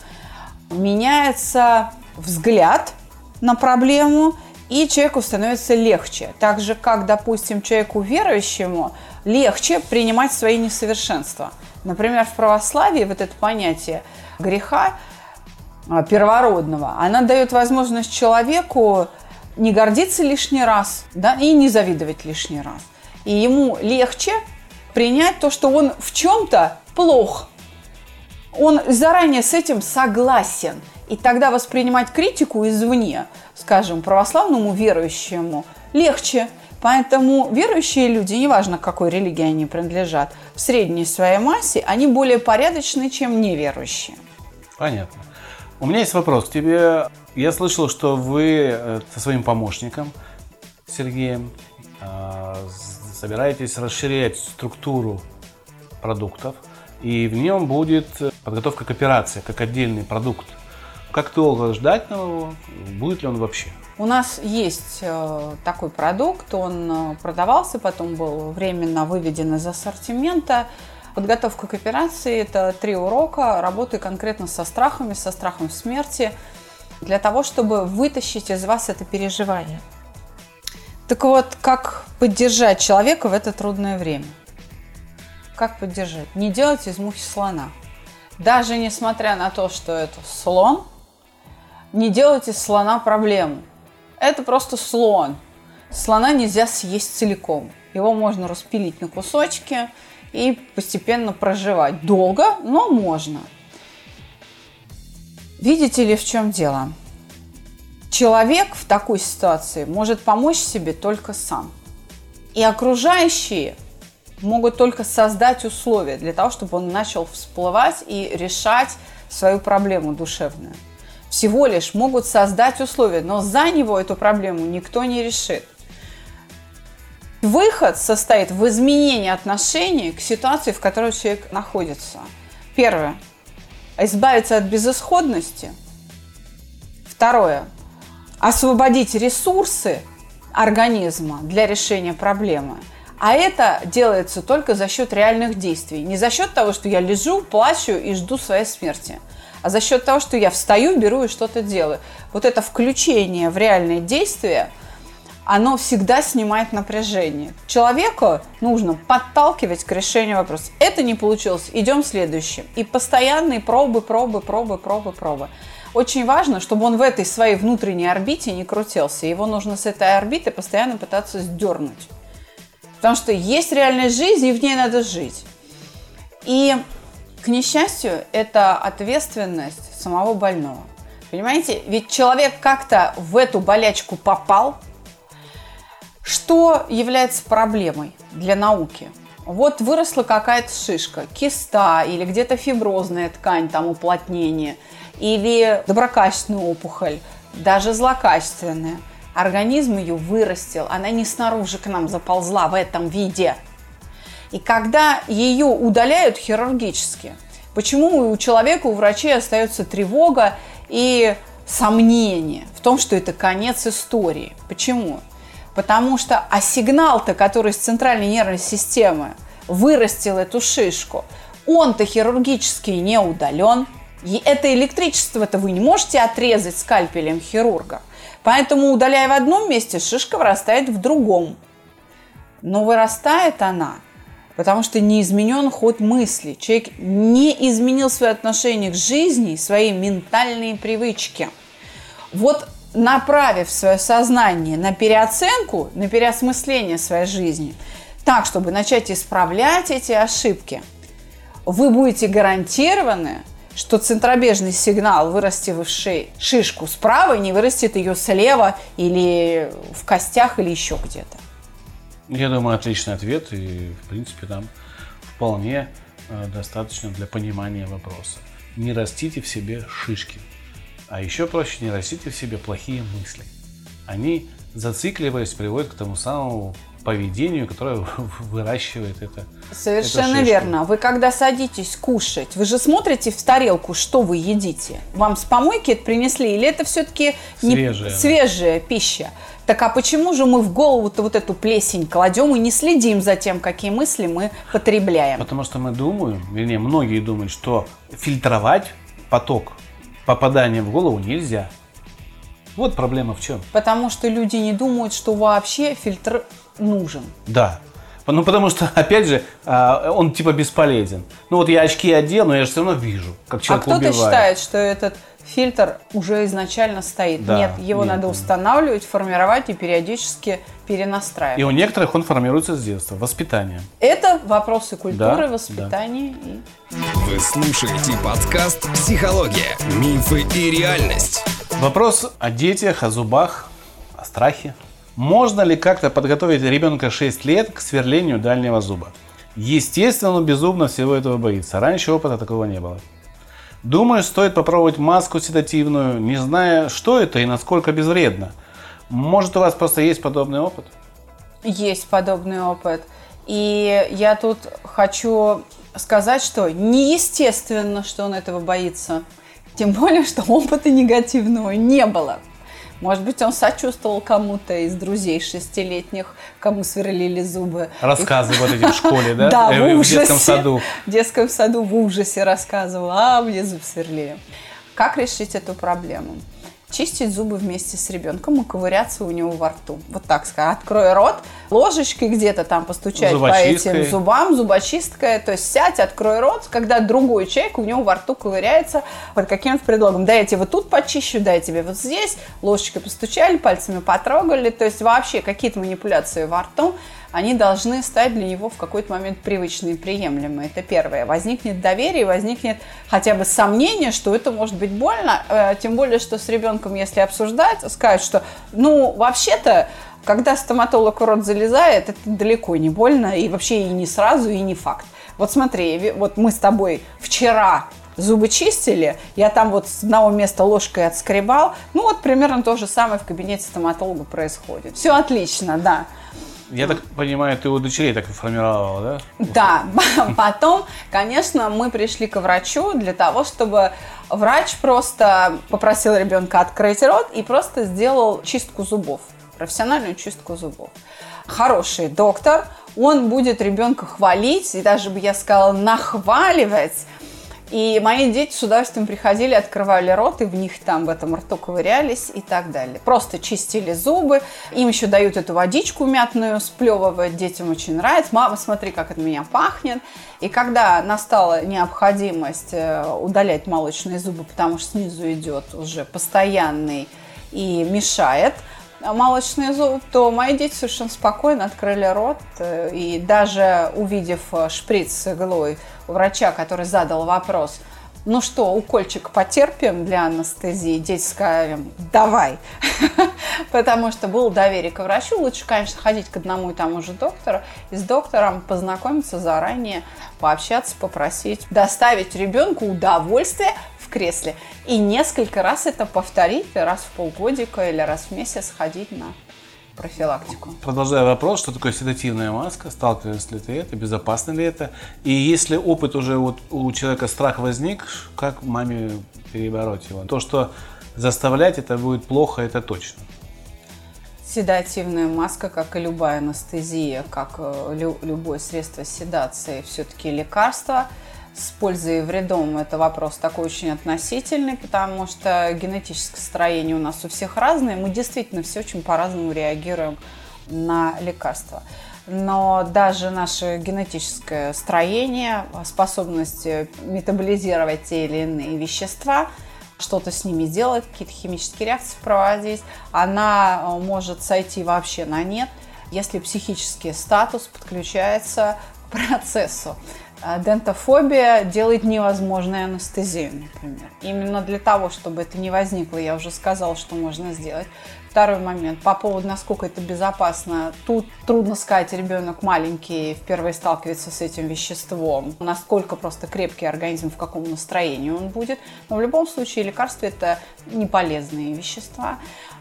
меняется взгляд на проблему, и человеку становится легче. Так же, как, допустим, человеку верующему легче принимать свои несовершенства. Например, в православии вот это понятие греха первородного, она дает возможность человеку не гордиться лишний раз, да, и не завидовать лишний раз. И ему легче принять то, что он в чем-то плох. Он заранее с этим согласен. И тогда воспринимать критику извне, скажем, православному верующему, легче. Поэтому верующие люди, неважно, к какой религии они принадлежат, в средней своей массе, они более порядочны, чем неверующие. Понятно. У меня есть вопрос к тебе. Я слышал, что вы со своим помощником Сергеем собираетесь расширять структуру продуктов, и в нем будет подготовка к операции, как отдельный продукт. Как долго ждать его? Будет ли он вообще? У нас есть э, такой продукт, он продавался, потом был временно выведен из ассортимента. Подготовка к операции – это три урока работы конкретно со страхами, со страхом смерти, для того, чтобы вытащить из вас это переживание. Так вот, как поддержать человека в это трудное время? Как поддержать? Не делать из мухи слона. Даже несмотря на то, что это слон, не делать из слона проблему. Это просто слон. Слона нельзя съесть целиком. Его можно распилить на кусочки и постепенно проживать. Долго, но можно. Видите ли, в чем дело? Человек в такой ситуации может помочь себе только сам. И окружающие могут только создать условия для того, чтобы он начал всплывать и решать свою проблему душевную. Всего лишь могут создать условия, но за него эту проблему никто не решит. Выход состоит в изменении отношения к ситуации, в которой человек находится. Первое. Избавиться от безысходности. Второе. Освободить ресурсы организма для решения проблемы. А это делается только за счет реальных действий. Не за счет того, что я лежу, плачу и жду своей смерти, а за счет того, что я встаю, беру и что-то делаю. Вот это включение в реальные действия, оно всегда снимает напряжение. Человеку нужно подталкивать к решению вопроса. Это не получилось, идем следующим. И постоянные пробы, пробы, пробы, пробы, пробы. Очень важно, чтобы он в этой своей внутренней орбите не крутился. Его нужно с этой орбиты постоянно пытаться сдернуть. Потому что есть реальная жизнь, и в ней надо жить. И, к несчастью, это ответственность самого больного. Понимаете? Ведь человек как-то в эту болячку попал. Что является проблемой для науки? Вот выросла какая-то шишка, киста или где-то фиброзная ткань, там уплотнение, или доброкачественная опухоль, даже злокачественная. Организм ее вырастил, она не снаружи к нам заползла в этом виде. И когда ее удаляют хирургически, почему у человека, у врачей остается тревога и сомнение в том, что это конец истории? Почему? Потому что, а сигнал-то, который с центральной нервной системы вырастил эту шишку, он-то хирургически не удален. И это электричество-то вы не можете отрезать скальпелем хирурга. Поэтому, удаляя в одном месте, шишка вырастает в другом. Но вырастает она, потому что не изменен ход мысли. Человек не изменил свое отношение к жизни, свои ментальные привычки. Вот направив свое сознание на переоценку, на переосмысление своей жизни, так, чтобы начать исправлять эти ошибки, вы будете гарантированы, что центробежный сигнал, вырастивший шишку справа, не вырастет ее слева или в костях или еще где-то. Я думаю, отличный ответ, и, в принципе, нам вполне э, достаточно для понимания вопроса. Не растите в себе шишки. А еще проще, не растите в себе плохие мысли. Они, зацикливаясь, приводят к тому самому поведению, которое выращивает это. Совершенно верно. Вы когда садитесь кушать, вы же смотрите в тарелку, что вы едите. Вам с помойки это принесли или это все-таки свежая, не... свежая пища? Так а почему же мы в голову-то вот эту плесень кладем и не следим за тем, какие мысли мы потребляем? Потому что мы думаем, вернее, многие думают, что фильтровать поток попадания в голову нельзя. Вот проблема в чем. Потому что люди не думают, что вообще фильтр нужен. Да. Ну, потому что, опять же, он типа бесполезен. Ну, вот я очки одел, но я же все равно вижу, как человек убивает. А кто-то считает, что этот фильтр уже изначально стоит. Да, нет, его нет, надо нет. устанавливать, формировать и периодически перенастраивать. И у некоторых он формируется с детства, воспитанием. Это вопросы культуры, да, воспитания. Да. И... Вы слушаете подкаст «Психология. Мифы и реальность». Вопрос о детях, о зубах, о страхе. Можно ли как-то подготовить ребенка шесть лет к сверлению дальнего зуба? Естественно, он безумно всего этого боится. Раньше опыта такого не было. Думаю, стоит попробовать маску седативную, не зная, что это и насколько безвредно. Может, у вас просто есть подобный опыт? Есть подобный опыт. И я тут хочу сказать, что неестественно, что он этого боится. Тем более, что опыта негативного не было. Может быть, он сочувствовал кому-то из друзей шестилетних, кому сверлили зубы. Рассказы вот эти в школе, да? Да, в ужасе. В детском саду. В детском саду в ужасе рассказывал, а мне зуб сверлили. Как решить эту проблему? Чистить зубы вместе с ребенком и ковыряться у него во рту. Вот так сказать. Открой рот, ложечкой где-то там постучать по этим зубам, зубочисткой. То есть сядь, открой рот, когда другой человек у него во рту ковыряется под каким-то предлогом. Да, я тебе вот тут почищу, да, я тебе вот здесь. Ложечкой постучали, пальцами потрогали. То есть вообще какие-то манипуляции во рту, они должны стать для него в какой-то момент привычными и приемлемыми. Это первое. Возникнет доверие, возникнет хотя бы сомнение, что это может быть больно. Тем более, что с ребенком, если обсуждать, скажут, что, ну, вообще-то, когда стоматолог в рот залезает, это далеко не больно, и вообще и не сразу, и не факт. Вот смотри, вот мы с тобой вчера зубы чистили, я там вот с одного места ложкой отскребал, ну вот примерно то же самое в кабинете стоматолога происходит. Все отлично, да. Я так понимаю, ты у дочерей так формировала, да? Да. Потом, конечно, мы пришли к врачу для того, чтобы врач просто попросил ребенка открыть рот и просто сделал чистку зубов, профессиональную чистку зубов. Хороший доктор, он будет ребенка хвалить, и даже бы я сказала нахваливать. И мои дети с удовольствием приходили, открывали рот, и в них там в этом рту ковырялись и так далее. Просто чистили зубы, им еще дают эту водичку мятную сплевывать, детям очень нравится. Мама, смотри, как от меня пахнет. И когда настала необходимость удалять молочные зубы, потому что снизу идет уже постоянный и мешает молочный зуб, то мои дети совершенно спокойно открыли рот. И даже увидев шприц с иглой у врача, который задал вопрос: ну что, укольчик потерпим для анестезии? Дети сказали: давай. Потому что было доверие к врачу. Лучше, конечно, ходить к одному и тому же доктору и с доктором познакомиться заранее, пообщаться, попросить доставить ребенку удовольствие в кресле и несколько раз это повторить, раз в полгодика или раз в месяц ходить на профилактику. Продолжая вопрос, что такое седативная маска, сталкивались ли ты это, безопасно ли это, и если опыт уже вот у человека страх возник, как маме перебороть его? То, что заставлять это будет плохо, это точно. Седативная маска, как и любая анестезия, как лю- любое средство седации, все-таки лекарство. С пользой и вредом это вопрос такой очень относительный, потому что генетическое строение у нас у всех разное. Мы действительно все очень по-разному реагируем на лекарства. Но даже наше генетическое строение, способность метаболизировать те или иные вещества, что-то с ними делать, какие-то химические реакции проводить, она может сойти вообще на нет, если психический статус подключается к процессу. Дентофобия делает невозможной анестезию, например. Именно для того, чтобы это не возникло, я уже сказала, что можно сделать. Второй момент. По поводу, насколько это безопасно. Тут трудно сказать, ребенок маленький, впервые сталкивается с этим веществом. Насколько просто крепкий организм, в каком настроении он будет. Но в любом случае лекарства – это не полезные вещества.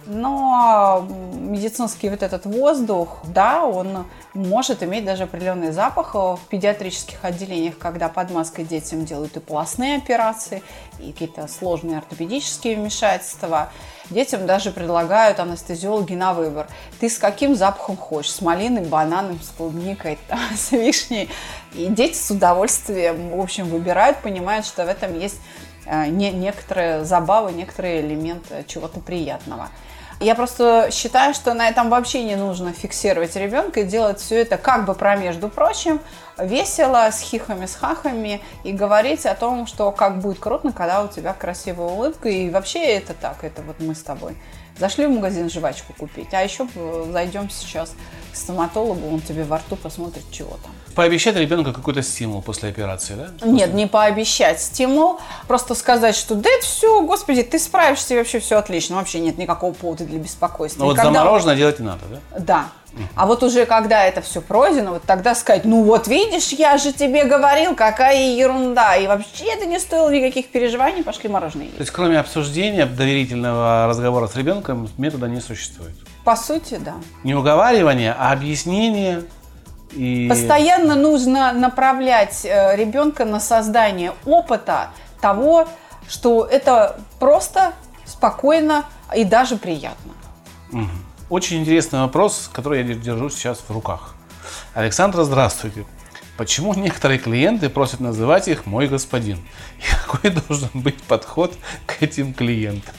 Но медицинский вот этот воздух, да, он может иметь даже определенный запах. В педиатрических отделениях, когда под маской детям делают и полостные операции, и какие-то сложные ортопедические вмешательства, детям даже предлагают анестезиологи на выбор. Ты с каким запахом хочешь? С малиной, бананом, с клубникой, там, с вишней. И дети с удовольствием, в общем, выбирают, понимают, что в этом есть не, некоторые забавы, некоторые элементы чего-то приятного. Я просто считаю, что на этом вообще не нужно фиксировать ребенка и делать все это как бы про между прочим, весело, с хихами, с хахами, и говорить о том, что как будет круто, когда у тебя красивая улыбка. И вообще это так, это вот мы с тобой зашли в магазин жвачку купить, а еще зайдем сейчас к стоматологу, он тебе во рту посмотрит, чего там. Пообещать ребенку какой-то стимул после операции, да? После... Нет, не пообещать стимул, просто сказать, что да это все, господи, ты справишься, и вообще все отлично, вообще нет никакого повода для беспокойства. Но вот когда... замороженное делать не надо, да? Да. А вот уже когда это все пройдено, вот тогда сказать: ну вот видишь, я же тебе говорил, какая ерунда, и вообще это не стоило никаких переживаний, пошли мороженое есть. То есть кроме обсуждения, доверительного разговора с ребенком, метода не существует? По сути, да. Не уговаривание, а объяснение. И... Постоянно нужно направлять ребенка на создание опыта того, что это просто, спокойно и даже приятно. Угу. Очень интересный вопрос, который я держу сейчас в руках. Александра, здравствуйте. Почему некоторые клиенты просят называть их «мой господин»? И какой должен быть подход к этим клиентам?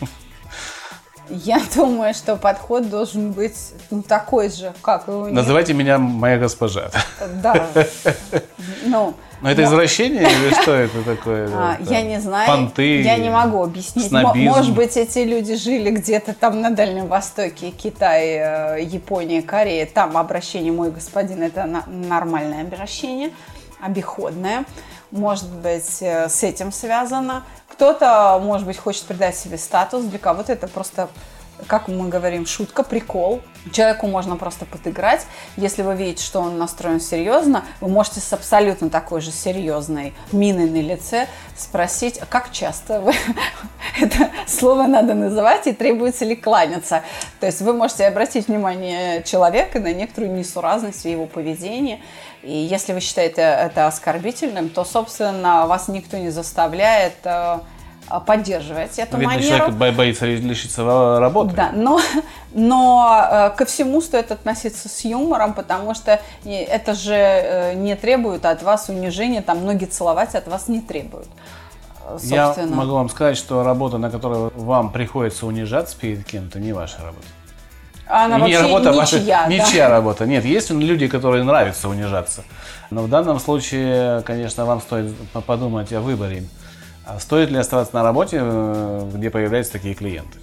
Я думаю, что подход должен быть ну, такой же, как и у них. Называйте меня «моя госпожа». Да. Ну, но это но... извращение или что это такое? А, там, я не знаю, понты, я не могу объяснить. Снобизм. Может быть, эти люди жили где-то там на Дальнем Востоке, Китай, Япония, Корея. Там обращение «мой господин» – это нормальное обращение, обиходное. Может быть, с этим связано. Кто-то, может быть, хочет придать себе статус, для кого-то это просто, как мы говорим, шутка, прикол. Человеку можно просто подыграть. Если вы видите, что он настроен серьезно, вы можете с абсолютно такой же серьезной миной на лице спросить, а как часто вы это слово надо называть и требуется ли кланяться. То есть вы можете обратить внимание человека на некоторую несуразность в его поведении. И если вы считаете это оскорбительным, то, собственно, вас никто не заставляет поддерживать эту Видно, манеру. человек боится лишиться работы. Да, но, но ко всему стоит относиться с юмором, потому что это же не требует от вас унижения, там ноги целовать от вас не требуют. Я могу вам сказать, что работа, на которой вам приходится унижаться перед кем-то, не ваша работа. Она не вообще работа, ничья, ваша, да? ничья работа. Нет, есть люди, которые нравится унижаться. Но в данном случае, конечно, вам стоит подумать о выборе. Стоит ли оставаться на работе, где появляются такие клиенты?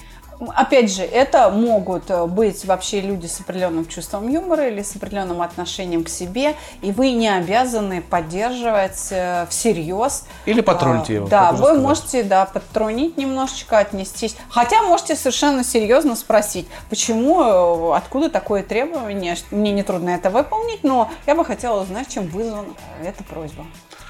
Опять же, это могут быть вообще люди с определенным чувством юмора или с определенным отношением к себе, и вы не обязаны поддерживать всерьез. Или потроллите его. Да, вы сказать. можете да, подтрунить немножечко, отнестись. Хотя можете совершенно серьезно спросить, почему, откуда такое требование. Мне нетрудно это выполнить, но я бы хотела узнать, чем вызвана эта просьба.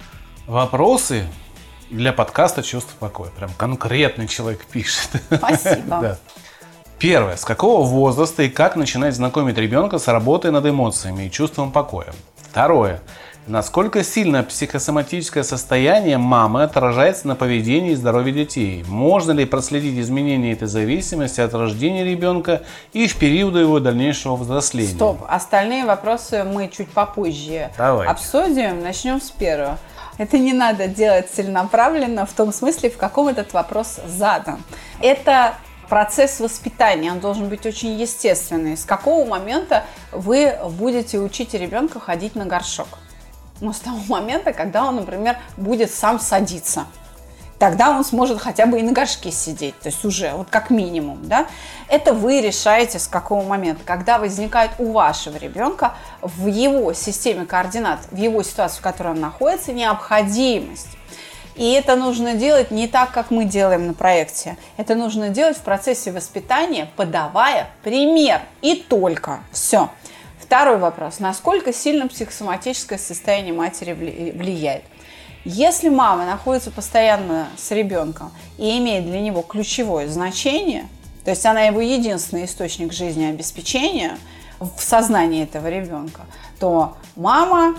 Вопросы для подкаста «Чувство покоя». Прям конкретный человек пишет. Спасибо. Да. Первое. С какого возраста и как начинать знакомить ребенка с работой над эмоциями и чувством покоя? Второе. Насколько сильно психосоматическое состояние мамы отражается на поведении и здоровье детей? Можно ли проследить изменения этой зависимости от рождения ребенка и в периоды его дальнейшего взросления? Стоп. Остальные вопросы мы чуть попозже Давайте. обсудим. Начнем с первого. Это не надо делать целенаправленно в том смысле, в каком этот вопрос задан. Это процесс воспитания, он должен быть очень естественный. С какого момента вы будете учить ребенка ходить на горшок? Ну, с того момента, когда он, например, будет сам садиться. Тогда он сможет хотя бы и на горшке сидеть, то есть уже, вот как минимум, да. Это вы решаете с какого момента, когда возникает у вашего ребенка в его системе координат, в его ситуации, в которой он находится, необходимость. И это нужно делать не так, как мы делаем на проекте. Это нужно делать в процессе воспитания, подавая пример. И только. Все. Второй вопрос. Насколько сильно психосоматическое состояние матери влияет? Если мама находится постоянно с ребенком и имеет для него ключевое значение, то есть она его единственный источник жизнеобеспечения в сознании этого ребенка, то мама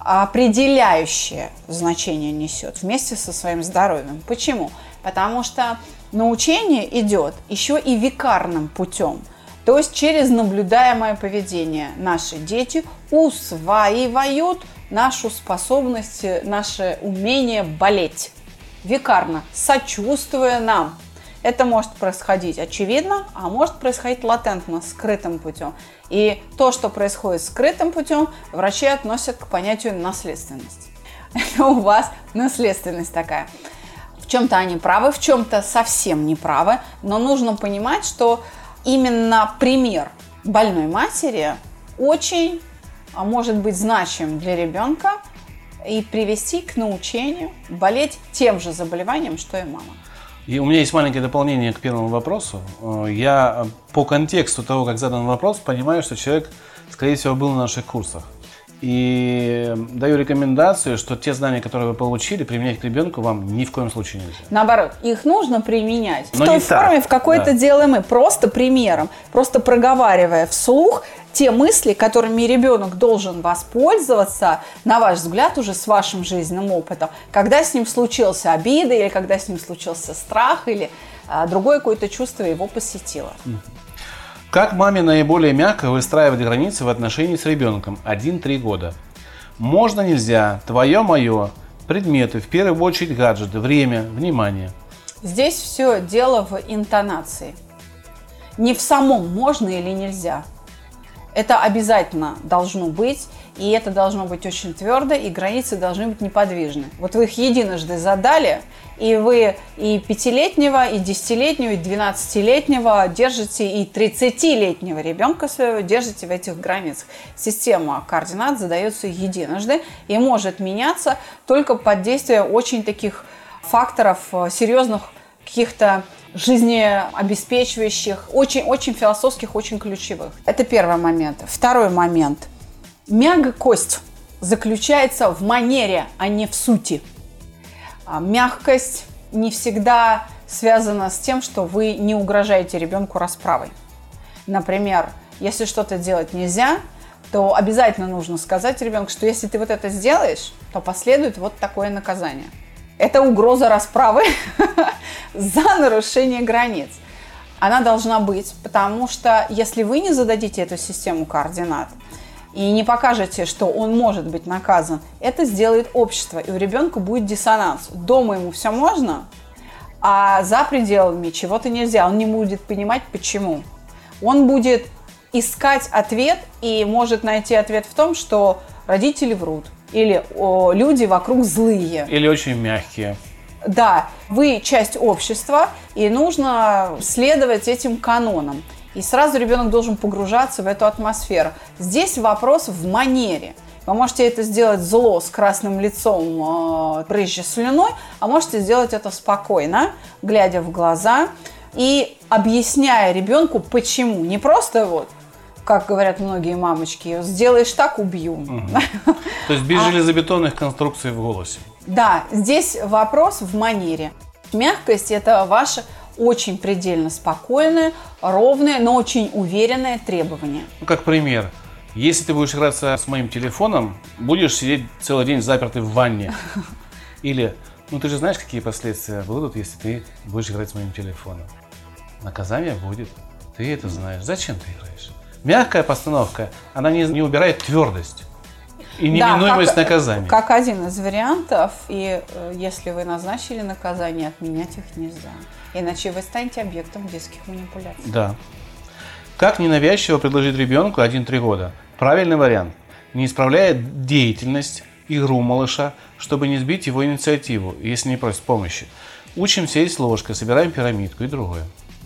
определяющее значение несет вместе со своим здоровьем. Почему? Потому что научение идет еще и викарным путем. То есть через наблюдаемое поведение наши дети усваивают нашу способность, наше умение болеть. Викарно, сочувствуя нам. Это может происходить очевидно, а может происходить латентно, скрытым путем. И то, что происходит скрытым путем, врачи относят к понятию наследственность. Это у вас наследственность такая. В чем-то они правы, в чем-то совсем не правы, но нужно понимать, что именно пример больной матери очень может быть значим для ребенка и привести к научению болеть тем же заболеванием, что и мама. И у меня есть маленькое дополнение к первому вопросу. Я по контексту того, как задан вопрос, понимаю, что человек, скорее всего, был на наших курсах. И даю рекомендацию, что те знания, которые вы получили, применять к ребенку вам ни в коем случае нельзя. Наоборот, их нужно применять Но в той не форме, так. в какой это Да. делаем мы, просто примером, просто проговаривая вслух те мысли, которыми ребенок должен воспользоваться, на ваш взгляд, уже с вашим жизненным опытом, когда с ним случилась обида, или когда с ним случился страх, или а, другое какое-то чувство его посетило. Как маме наиболее мягко выстраивать границы в отношении с ребенком один-три года? Можно, нельзя, твое, мое, предметы, в первую очередь гаджеты, время, внимание. Здесь все дело в интонации. Не в самом можно или нельзя. Это обязательно должно быть, и это должно быть очень твердо, и границы должны быть неподвижны. Вот вы их единожды задали, и вы и пятилетнего, и десятилетнего, и двенадцатилетнего держите, и тридцатилетнего ребенка своего держите в этих границах. Система координат задается единожды и может меняться только под действием очень таких факторов, серьезных каких-то жизнеобеспечивающих, очень-очень философских, очень ключевых. Это первый момент. Второй момент. Мягкость заключается в манере, а не в сути. Мягкость не всегда связана с тем, что вы не угрожаете ребенку расправой. Например, если что-то делать нельзя, то обязательно нужно сказать ребенку, что если ты вот это сделаешь, то последует вот такое наказание. Это угроза расправы за нарушение границ. Она должна быть, потому что если вы не зададите эту систему координат и не покажете, что он может быть наказан, это сделает общество, и у ребенка будет диссонанс. Дома ему все можно, а за пределами чего-то нельзя. Он не будет понимать, почему. Он будет искать ответ и может найти ответ в том, что родители врут или о, люди вокруг злые. Или очень мягкие. Да, вы часть общества, и нужно следовать этим канонам. И сразу ребенок должен погружаться в эту атмосферу. Здесь вопрос в манере. Вы можете это сделать зло, с красным лицом, брызжа слюной, а можете сделать это спокойно, глядя в глаза и объясняя ребенку, почему. Не просто вот, как говорят многие мамочки, сделаешь так, убью. Угу. То есть без а... железобетонных конструкций в голосе. Да, здесь вопрос в манере. Мягкость – это ваше очень предельно спокойное, ровное, но очень уверенное требование. Ну, как пример. Если ты будешь играться с моим телефоном, будешь сидеть целый день запертый в ванне. Или, ну ты же знаешь, какие последствия будут, если ты будешь играть с моим телефоном. Наказание будет. Ты это знаешь. Зачем ты играешь? Мягкая постановка, она не, не убирает твердость и неминуемость да, как, наказания. Как один из вариантов, и э, если вы назначили наказание, отменять их нельзя. Иначе вы станете объектом детских манипуляций. Да. Как ненавязчиво предложить ребенку один-три года? Правильный вариант. Не исправляет деятельность, игру малыша, чтобы не сбить его инициативу, если не просит помощи. Учим сесть ложкой, собираем пирамидку и другое.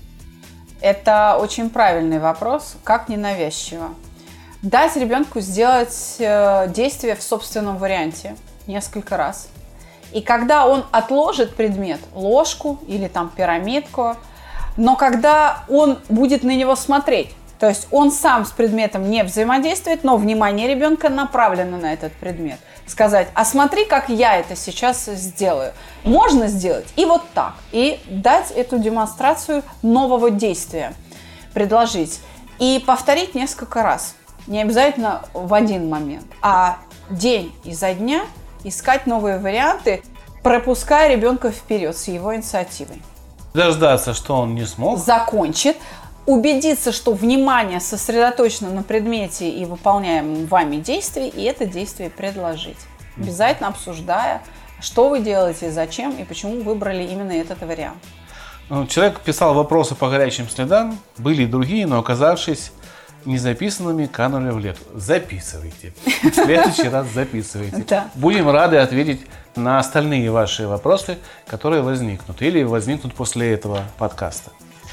Это очень правильный вопрос, как ненавязчиво. Дать ребенку сделать действие в собственном варианте несколько раз. И когда он отложит предмет, ложку или там пирамидку, но когда он будет на него смотреть, то есть он сам с предметом не взаимодействует, но внимание ребенка направлено на этот предмет. Сказать, а смотри, как я это сейчас сделаю. Можно сделать и вот так. И дать эту демонстрацию нового действия. Предложить. И повторить несколько раз. Не обязательно в один момент, а день изо дня искать новые варианты, пропуская ребенка вперед с его инициативой. Дождаться, что он не смог. Закончит. Убедиться, что внимание сосредоточено на предмете и выполняемом вами действии, и это действие предложить. Обязательно обсуждая, что вы делаете, зачем и почему выбрали именно этот вариант. Человек писал вопросы по горячим следам, были и другие, но оказавшись незаписанными, канули в лету. Записывайте. В следующий раз записывайте. Да. Будем рады ответить на остальные ваши вопросы, которые возникнут или возникнут после этого подкаста.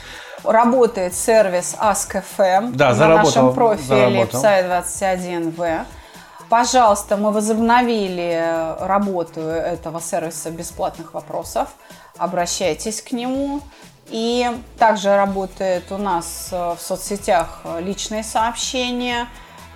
Работает сервис Ask эф эм да, на заработал, нашем профиле заработал. псай двадцать один вэ. Пожалуйста, мы возобновили работу этого сервиса бесплатных вопросов. Обращайтесь к нему. И также работает у нас в соцсетях личные сообщения.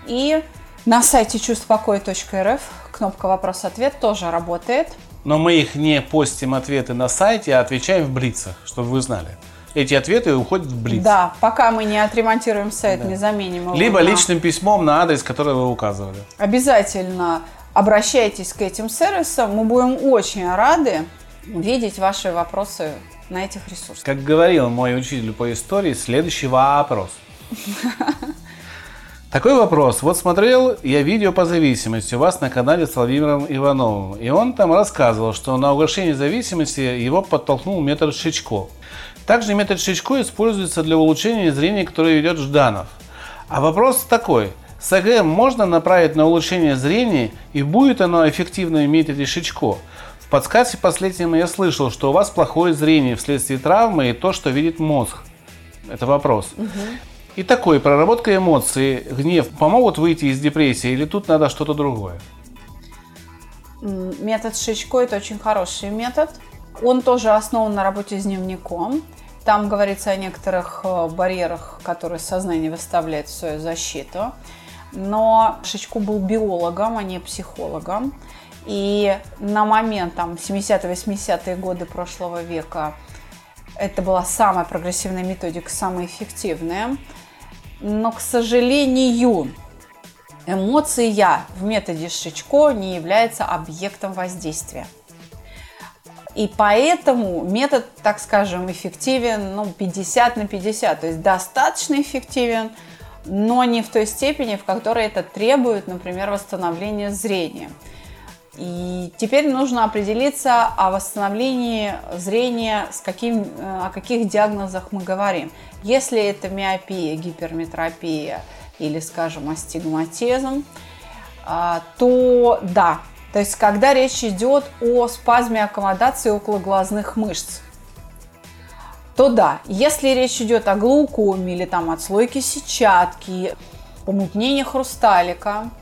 И на сайте чувствопокой точка эр эф кнопка «Вопрос-ответ» тоже работает. Но мы их не постим ответы на сайте, а отвечаем в блицах, чтобы вы знали. Эти ответы уходят в блиц. Да, пока мы не отремонтируем сайт, да. не заменим его. Либо на... личным письмом на адрес, который вы указывали. Обязательно обращайтесь к этим сервисам. Мы будем очень рады увидеть ваши вопросы на этих ресурсах. Как говорил мой учитель по истории, следующий вопрос. Такой вопрос. Вот смотрел я видео по зависимости у вас на канале с Владимиром Ивановым. И он там рассказывал, что на угошение зависимости его подтолкнул метод Шичко. Также метод Шичко используется для улучшения зрения, которое ведет Жданов. А вопрос такой. С а гэ эм можно направить на улучшение зрения, и будет оно эффективно в методе Шичко? В подсказке последнем я слышал, что у вас плохое зрение вследствие травмы и то, что видит мозг. Это вопрос. Угу. И такой, проработка эмоций, гнев помогут выйти из депрессии или тут надо что-то другое? Метод Шичко – это очень хороший метод. Он тоже основан на работе с дневником. Там говорится о некоторых барьерах, которые сознание выставляет в свою защиту. Но Шичко был биологом, а не психологом. И на момент там, семидесятые-восьмидесятые годы прошлого века это была самая прогрессивная методика, самая эффективная. Но, к сожалению, эмоция в методе Шичко не является объектом воздействия. И поэтому метод, так скажем, эффективен, ну, пятьдесят на пятьдесят, то есть достаточно эффективен, но не в той степени, в которой это требует, например, восстановления зрения. И теперь нужно определиться о восстановлении зрения, с каким, о каких диагнозах мы говорим. Если это миопия, гиперметропия или, скажем, астигматизм, то да. То есть, когда речь идет о спазме аккомодации окологлазных мышц, то да. Если речь идет о глаукоме или там отслойке сетчатки, помутнении хрусталика,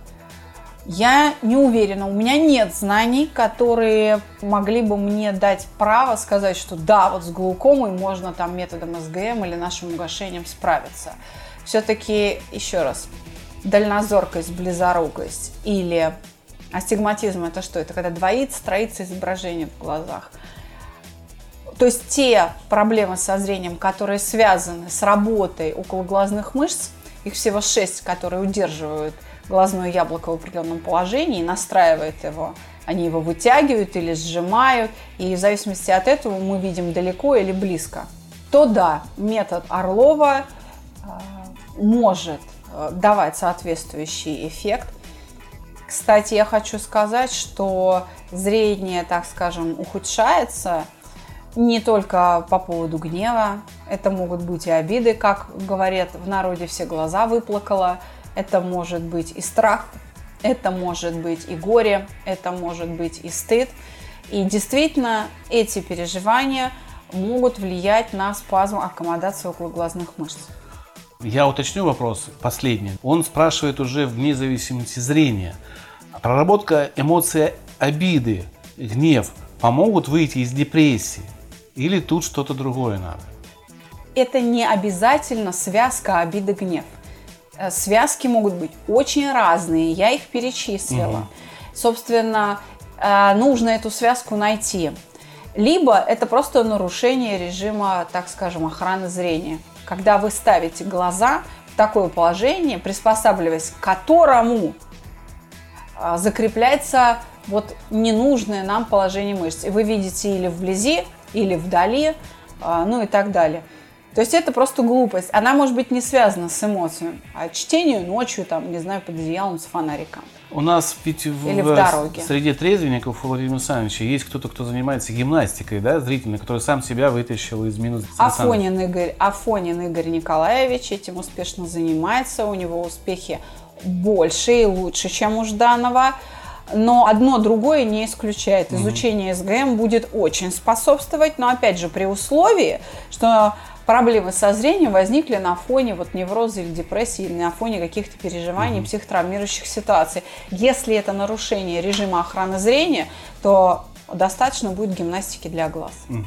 я не уверена, у меня нет знаний, которые могли бы мне дать право сказать, что да, вот с глаукомой можно там методом эс гэ эм или нашим угошением справиться. Все-таки, еще раз, дальнозоркость, близорукость или астигматизм – это что? Это когда двоится, троится изображение в глазах. То есть те проблемы со зрением, которые связаны с работой окологлазных мышц, их всего шесть, которые удерживают глазное яблоко в определенном положении и настраивают его. Они его вытягивают или сжимают, и в зависимости от этого мы видим далеко или близко. То да, метод Орлова э, может давать соответствующий эффект. Кстати, я хочу сказать, что зрение, так скажем, ухудшается не только по поводу гнева. Это могут быть и обиды, как говорят в народе, все глаза выплакала. Это может быть и страх, это может быть и горе, это может быть и стыд. И действительно, эти переживания могут влиять на спазм аккомодации окологлазных мышц. Я уточню вопрос последний. Он спрашивает уже вне зависимости зрения. Проработка эмоций обиды, гнев помогут выйти из депрессии? Или тут что-то другое надо? Это не обязательно связка обида-гнев. Связки могут быть очень разные, я их перечислила. Угу. Собственно, нужно эту связку найти. Либо это просто нарушение режима, так скажем, охраны зрения. Когда вы ставите глаза в такое положение, приспосабливаясь к которому закрепляется вот ненужное нам положение мышц. И вы видите или вблизи, или вдали, ну и так далее. То есть это просто глупость. Она может быть не связана с эмоциями, а чтению ночью, там, не знаю, под одеялом с фонариком. У нас ведь в, Или в дороге. Среди трезвенников у Владимира Александровича есть кто-то, кто занимается гимнастикой, да, зрительной, который сам себя вытащил из минус. Афонин Игорь, Афонин Игорь Николаевич этим успешно занимается, у него успехи больше и лучше, чем у Жданова. Но одно другое не исключает. Изучение эс гэ эм будет очень способствовать, но опять же при условии, что проблемы со зрением возникли на фоне вот невроза или депрессии, или на фоне каких-то переживаний, mm-hmm. психотравмирующих ситуаций. Если это нарушение режима охраны зрения, то достаточно будет гимнастики для глаз. Mm-hmm.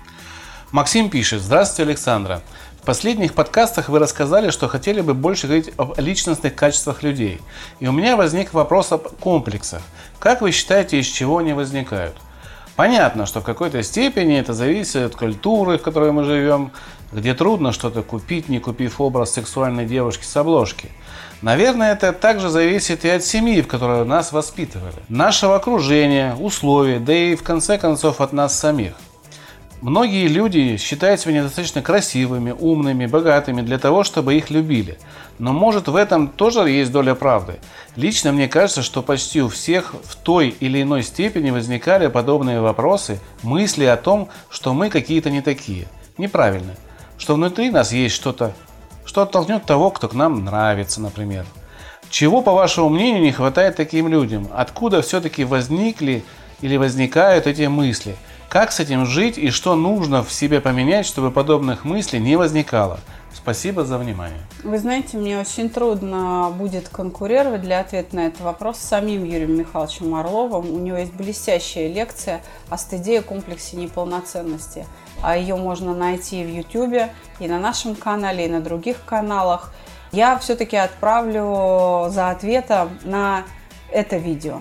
Максим пишет: здравствуйте, Александра. В последних подкастах вы рассказали, что хотели бы больше говорить об личностных качествах людей. И у меня возник вопрос об комплексах. Как вы считаете, из чего они возникают? Понятно, что в какой-то степени это зависит от культуры, в которой мы живем, где трудно что-то купить, не купив образ сексуальной девушки с обложки. Наверное, это также зависит и от семьи, в которой нас воспитывали, нашего окружения, условий, да и в конце концов от нас самих. Многие люди считают себя недостаточно красивыми, умными, богатыми для того, чтобы их любили. Но может в этом тоже есть доля правды. Лично мне кажется, что почти у всех в той или иной степени возникали подобные вопросы, мысли о том, что мы какие-то не такие, неправильные, что внутри нас есть что-то, что оттолкнет того, кто к нам нравится, например. Чего, по вашему мнению, не хватает таким людям? Откуда все-таки возникли или возникают эти мысли? Как с этим жить и что нужно в себе поменять, чтобы подобных мыслей не возникало? Спасибо за внимание. Вы знаете, мне очень трудно будет конкурировать для ответа на этот вопрос с самим Юрием Михайловичем Орловым. У него есть блестящая лекция о стыде и комплексе неполноценности. А ее можно найти в Ютубе и на нашем канале, и на других каналах. Я все-таки отправлю за ответом на это видео.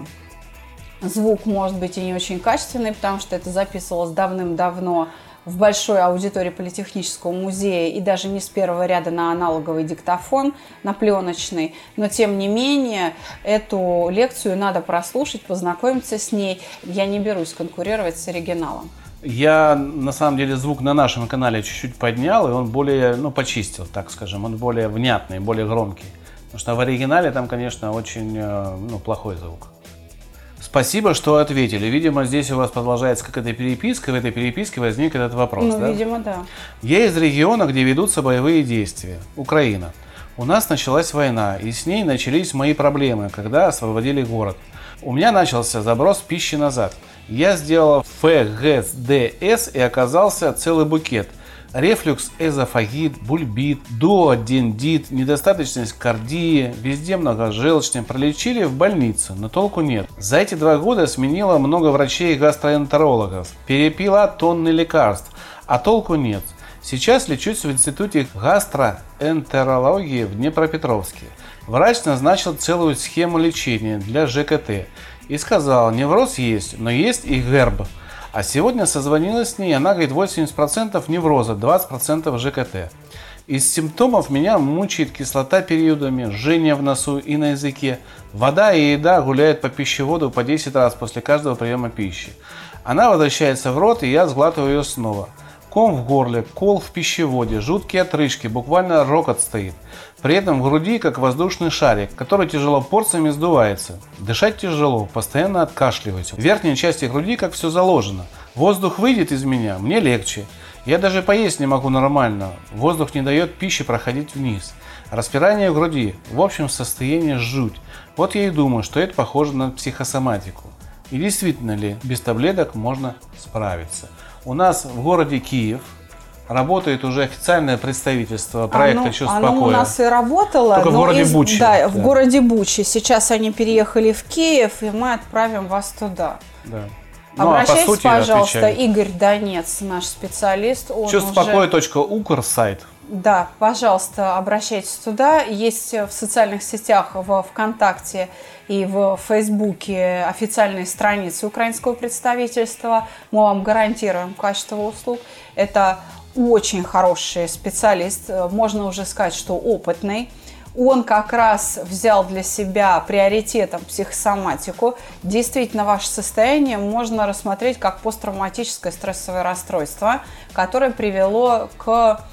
Звук может быть и не очень качественный, потому что это записывалось давным-давно в большой аудитории Политехнического музея и даже не с первого ряда на аналоговый диктофон, на пленочный. Но тем не менее, эту лекцию надо прослушать, познакомиться с ней. Я не берусь конкурировать с оригиналом. Я, на самом деле, звук на нашем канале чуть-чуть поднял, и он более, ну, почистил, так скажем, он более внятный, более громкий. Потому что в оригинале там, конечно, очень, ну, плохой звук. Спасибо, что ответили. Видимо, здесь у вас продолжается какая-то переписка, и в этой переписке возник этот вопрос, ну, да? видимо, да. Я из региона, где ведутся боевые действия. Украина. У нас началась война, и с ней начались мои проблемы, когда освободили город. У меня начался заброс пищи назад. Я сделал эф гэ эс дэ эс и оказался целый букет. Рефлюкс, эзофагит, бульбит, дуодендит, недостаточность кардии, везде много желчи. Пролечили в больнице, но толку нет. За эти два года сменила много врачей и гастроэнтерологов. Перепила тонны лекарств, а толку нет. Сейчас лечусь в институте гастроэнтерологии в Днепропетровске. Врач назначил целую схему лечения для жэ ка тэ и сказал, невроз есть, но есть и герб. А сегодня созвонилась с ней, она говорит, восемьдесят процентов невроза, двадцать процентов жэ ка тэ. Из симптомов меня мучает кислота периодами, жжение в носу и на языке. Вода и еда гуляют по пищеводу по десять раз после каждого приема пищи. Она возвращается в рот, и я сглатываю ее снова. Ком в горле, кол в пищеводе, жуткие отрыжки, буквально рокот стоит. При этом в груди как воздушный шарик, который тяжело порциями сдувается. Дышать тяжело, постоянно откашливаюсь. В верхней части груди как все заложено. Воздух выйдет из меня, мне легче. Я даже поесть не могу нормально. Воздух не дает пище проходить вниз. Распирание в груди. В общем, состояние жуть. Вот я и думаю, что это похоже на психосоматику. И действительно ли без таблеток можно справиться? У нас в городе Киев работает уже официальное представительство проекта оно, «Чувство оно покоя». у нас и работало. Только в городе из, Бучи. Да, да, в городе Бучи. Сейчас они переехали в Киев, и мы отправим вас туда. Да. Ну, Обращайтесь, а по сути, пожалуйста, отвечаю. Игорь Донец, наш специалист. чувствопокоя точка укр сайт. Да, пожалуйста, обращайтесь туда. Есть в социальных сетях, в ВКонтакте и в Фейсбуке официальные страницы украинского представительства. Мы вам гарантируем качество услуг. Это очень хороший специалист, можно уже сказать, что опытный. Он как раз взял для себя приоритетом психосоматику. Действительно, ваше состояние можно рассмотреть как посттравматическое стрессовое расстройство, которое привело к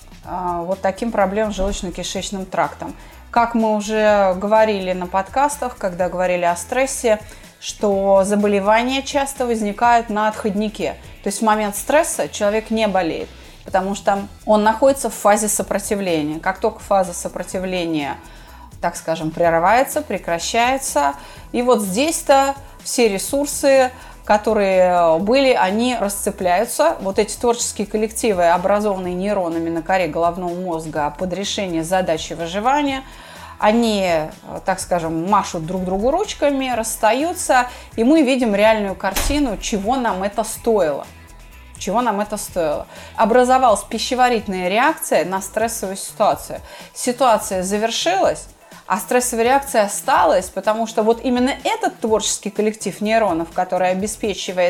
э, вот таким проблемам с желудочно-кишечным трактом. Как мы уже говорили на подкастах, когда говорили о стрессе, что заболевания часто возникают на отходнике. То есть в момент стресса человек не болеет, потому что он находится в фазе сопротивления. Как только фаза сопротивления, так скажем, прерывается, прекращается, и вот здесь-то все ресурсы, которые были, они расцепляются. Вот эти творческие коллективы, образованные нейронами на коре головного мозга под решение задачи выживания, они, так скажем, машут друг другу ручками, расстаются, и мы видим реальную картину, чего нам это стоило. Чего нам это стоило? Образовалась пищеварительная реакция на стрессовую ситуацию. Ситуация завершилась, а стрессовая реакция осталась, потому что вот именно этот творческий коллектив нейронов, который обеспечивает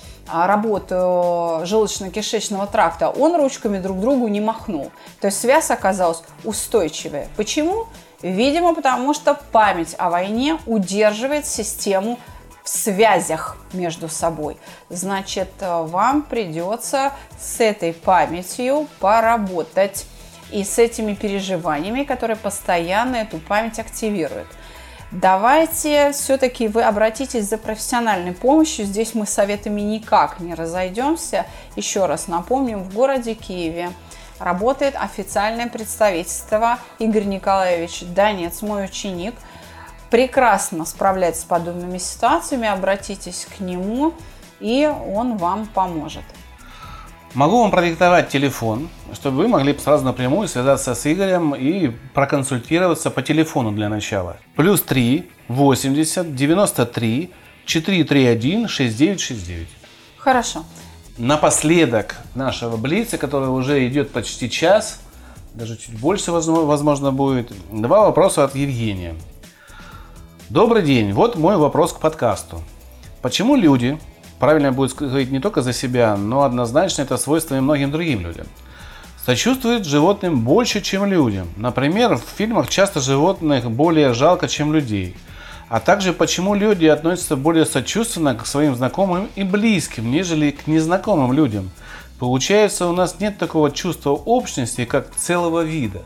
работу желудочно-кишечного тракта, он ручками друг другу не махнул. То есть связь оказалась устойчивая. Почему? Видимо, потому что память о войне удерживает систему в связях между собой. Значит, вам придется с этой памятью поработать и с этими переживаниями, которые постоянно эту память активируют. Давайте все-таки вы обратитесь за профессиональной помощью. Здесь мы советами никак не разойдемся. Еще раз напомним, в городе Киеве работает официальное представительство. Игорь Николаевич Донец, мой ученик, прекрасно справляется с подобными ситуациями. Обратитесь к нему, и он вам поможет. Могу вам продиктовать телефон, чтобы вы могли сразу напрямую связаться с Игорем и проконсультироваться по телефону для начала. Плюс три восемьдесят девяносто три четыреста тридцать один шестьдесят девять шестьдесят девять. Хорошо. Напоследок нашего блица, который уже идет почти час, даже чуть больше возможно будет, два вопроса от Евгения. Добрый день, вот мой вопрос к подкасту. Почему люди, правильно будет говорить не только за себя, но однозначно это свойство и многим другим людям, сочувствуют животным больше, чем людям? Например, в фильмах часто животных более жалко, чем людей. А также, почему люди относятся более сочувственно к своим знакомым и близким, нежели к незнакомым людям. Получается, у нас нет такого чувства общности, как целого вида.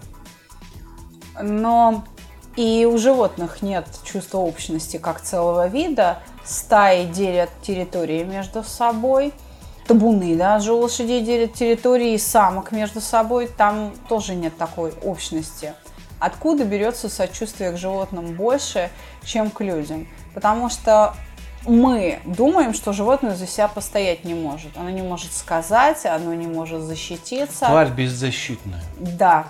Но и у животных нет чувства общности, как целого вида. Стаи делят территории между собой. Табуны даже у лошадей делят территории, и самок между собой. Там тоже нет такой общности. Откуда берется сочувствие к животным больше, чем к людям? Потому что мы думаем, что животное за себя постоять не может. Оно не может сказать, оно не может защититься. Тварь беззащитная. Да.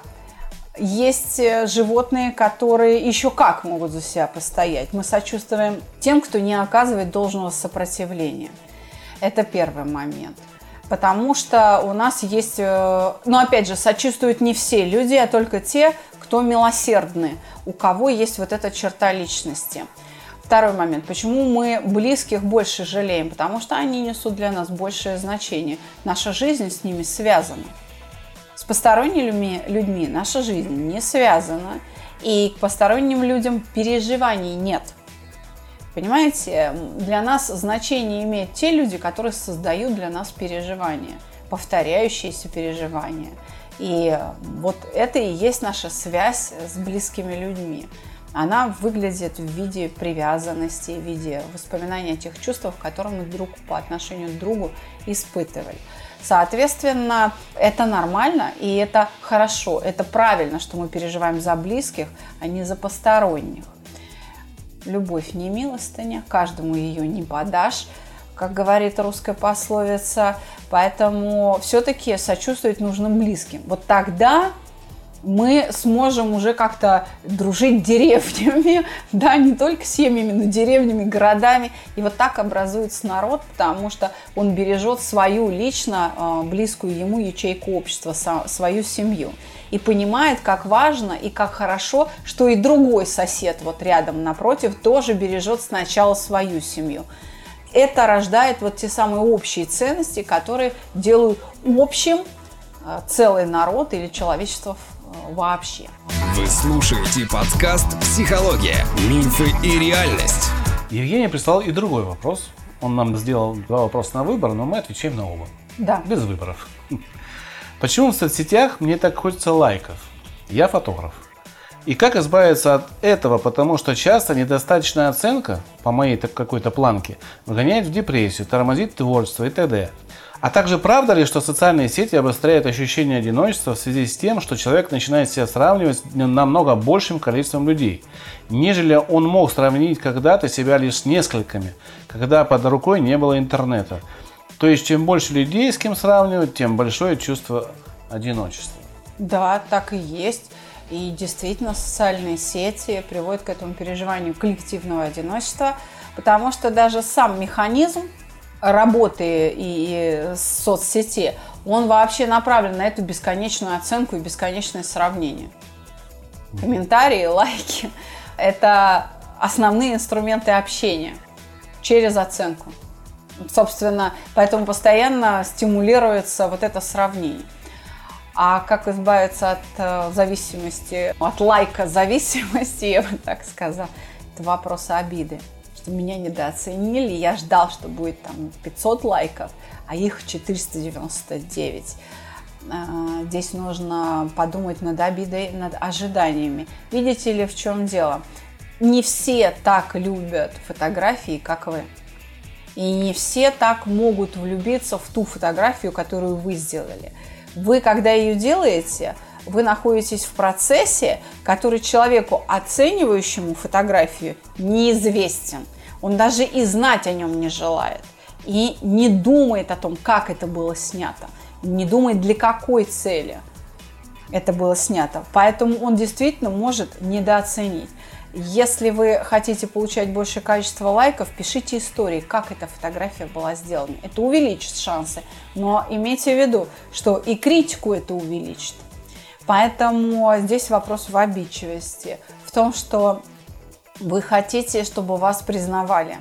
Есть животные, которые еще как могут за себя постоять. Мы сочувствуем тем, кто не оказывает должного сопротивления. Это первый момент. Потому что у нас есть, ну опять же, сочувствуют не все люди, а только те, кто милосердны, у кого есть вот эта черта личности. Второй момент. Почему мы близких больше жалеем? Потому что они несут для нас большее значение. Наша жизнь с ними связана. С посторонними людьми наша жизнь не связана, и к посторонним людям переживаний нет. Понимаете, для нас значение имеют те люди, которые создают для нас переживания, повторяющиеся переживания. И вот это и есть наша связь с близкими людьми. Она выглядит в виде привязанности, в виде воспоминаний о тех чувствах, которые мы друг по отношению к другу испытывали. Соответственно, это нормально и это хорошо, это правильно, что мы переживаем за близких, а не за посторонних. Любовь не милостыня, каждому ее не подашь, как говорит русская пословица, поэтому все-таки сочувствовать нужно близким. Вот тогда мы сможем уже как-то дружить деревнями, да, не только семьями, но деревнями, городами. И вот так образуется народ, потому что он бережет свою лично близкую ему ячейку общества, свою семью. И понимает, как важно и как хорошо, что и другой сосед вот рядом напротив тоже бережет сначала свою семью. Это рождает вот те самые общие ценности, которые делают общим целый народ или человечество вообще. Вы слушаете подкаст «Психология. Мифы и реальность». Евгений прислал и другой вопрос. Он нам сделал два вопроса на выбор, но мы отвечаем на оба. Да. Без выборов. Почему в соцсетях мне так хочется лайков? Я фотограф. И как избавиться от этого, потому что часто недостаточная оценка, по моей какой-то планке, вгоняет в депрессию, тормозит творчество и т.д. А также правда ли, что социальные сети обостряют ощущение одиночества в связи с тем, что человек начинает себя сравнивать с намного большим количеством людей, нежели он мог сравнить когда-то себя лишь с несколькими, когда под рукой не было интернета? То есть, чем больше людей с кем сравнивать, тем большое чувство одиночества. Да, так и есть. И действительно, социальные сети приводят к этому переживанию коллективного одиночества, потому что даже сам механизм работы и соцсети, он вообще направлен на эту бесконечную оценку и бесконечное сравнение. Комментарии, лайки – это основные инструменты общения через оценку. Собственно, поэтому постоянно стимулируется вот это сравнение. А как избавиться от э, зависимости, от лайка зависимости, я бы так сказала, это вопрос обиды. Что меня недооценили, я ждал, что будет там пятьсот лайков, а их четыреста девяносто девять. Э, здесь нужно подумать над обидой, над ожиданиями. Видите ли, в чем дело? Не все так любят фотографии, как вы. И не все так могут влюбиться в ту фотографию, которую вы сделали. Вы, когда ее делаете, вы находитесь в процессе, который человеку, оценивающему фотографию, неизвестен. Он даже и знать о нем не желает. И не думает о том, как это было снято. Не думает, для какой цели это было снято. Поэтому он действительно может недооценить. Если вы хотите получать большее количество лайков, пишите истории, как эта фотография была сделана. Это увеличит шансы, но имейте в виду, что и критику это увеличит. Поэтому здесь вопрос в обидчивости, в том, что вы хотите, чтобы вас признавали.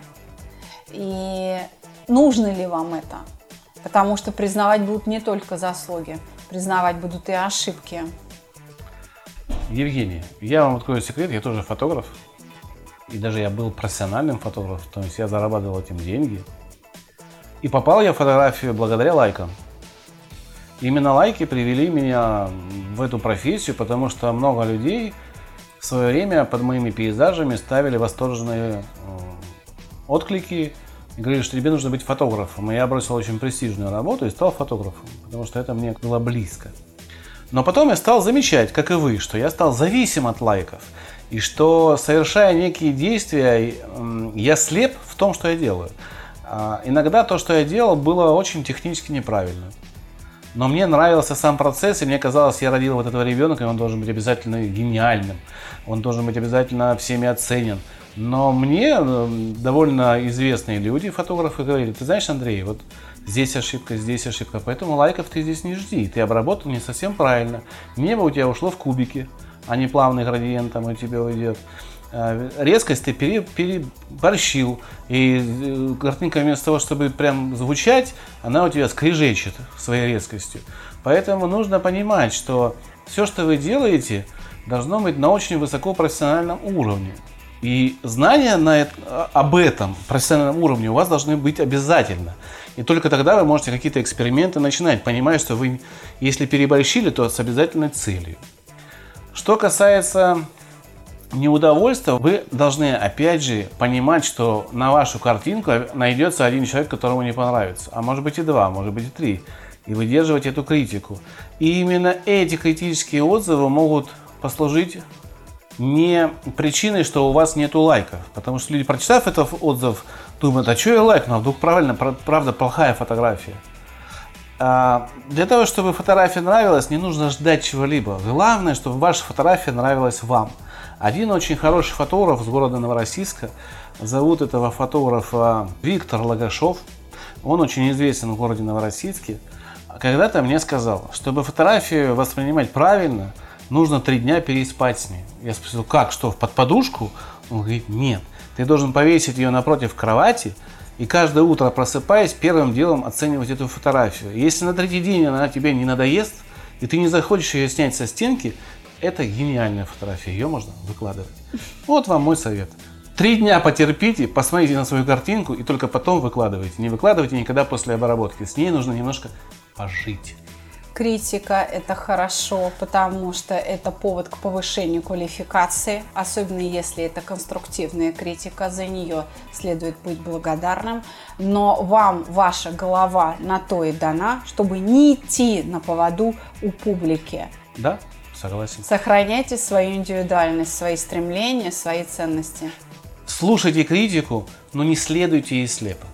И нужно ли вам это? Потому что признавать будут не только заслуги, признавать будут и ошибки. Евгений, я вам открою секрет, я тоже фотограф. и даже я был профессиональным фотографом, то есть я зарабатывал этим деньги. И попал я в фотографию благодаря лайкам. Именно лайки привели меня в эту профессию, потому что много людей в свое время под моими пейзажами ставили восторженные отклики и говорили, что тебе нужно быть фотографом. И я бросил очень престижную работу и стал фотографом, потому что это мне было близко. Но потом я стал замечать, как и вы, что я стал зависим от лайков. И что, совершая некие действия, я слеп в том, что я делаю. Иногда то, что я делал, было очень технически неправильно. Но мне нравился сам процесс, и мне казалось, я родил вот этого ребенка, и он должен быть обязательно гениальным. Он должен быть обязательно всеми оценен. Но мне довольно известные люди, фотографы, говорили, ты знаешь, Андрей, вот здесь ошибка, здесь ошибка, поэтому лайков ты здесь не жди, ты обработал не совсем правильно. Небо у тебя ушло в кубики, а не плавный градиент там у тебя уйдет. Резкость ты пере, переборщил, и картинка вместо того, чтобы прям звучать, она у тебя скрежещет своей резкостью. Поэтому нужно понимать, что все, что вы делаете, должно быть на очень высокопрофессиональном уровне. И знания на это, об этом профессиональном уровне у вас должны быть обязательно. И только тогда вы можете какие-то эксперименты начинать, понимая, что вы, если переборщили, то с обязательной целью. Что касается неудовольствия, вы должны опять же понимать, что на вашу картинку найдется один человек, которому не понравится. А может быть и два, может быть и три. И выдерживать эту критику. И именно эти критические отзывы могут послужить не причиной, что у вас нету лайков. Потому что люди, прочитав этот отзыв, думают, а что я лайкнул? Вдруг правильно, правда плохая фотография. А для того, чтобы фотография нравилась, не нужно ждать чего-либо. Главное, чтобы ваша фотография нравилась вам. Один очень хороший фотограф с города Новороссийска, зовут этого фотографа Виктор Логашов. Он очень известен в городе Новороссийске. Когда-то мне сказал, чтобы фотографию воспринимать правильно, нужно три дня переспать с ней. Я спросил, как, что, под подушку? Он говорит, нет. Ты должен повесить ее напротив кровати и каждое утро, просыпаясь, первым делом оценивать эту фотографию. Если на третий день она тебе не надоест, и ты не захочешь ее снять со стенки, это гениальная фотография, ее можно выкладывать. Вот вам мой совет. Три дня потерпите, посмотрите на свою картинку и только потом выкладывайте. Не выкладывайте никогда после обработки. С ней нужно немножко пожить. Критика – это хорошо, потому что это повод к повышению квалификации, особенно если это конструктивная критика, за нее следует быть благодарным. Но вам ваша голова на то и дана, чтобы не идти на поводу у публики. Да, согласен. Сохраняйте свою индивидуальность, свои стремления, свои ценности. Слушайте критику, но не следуйте ей слепо.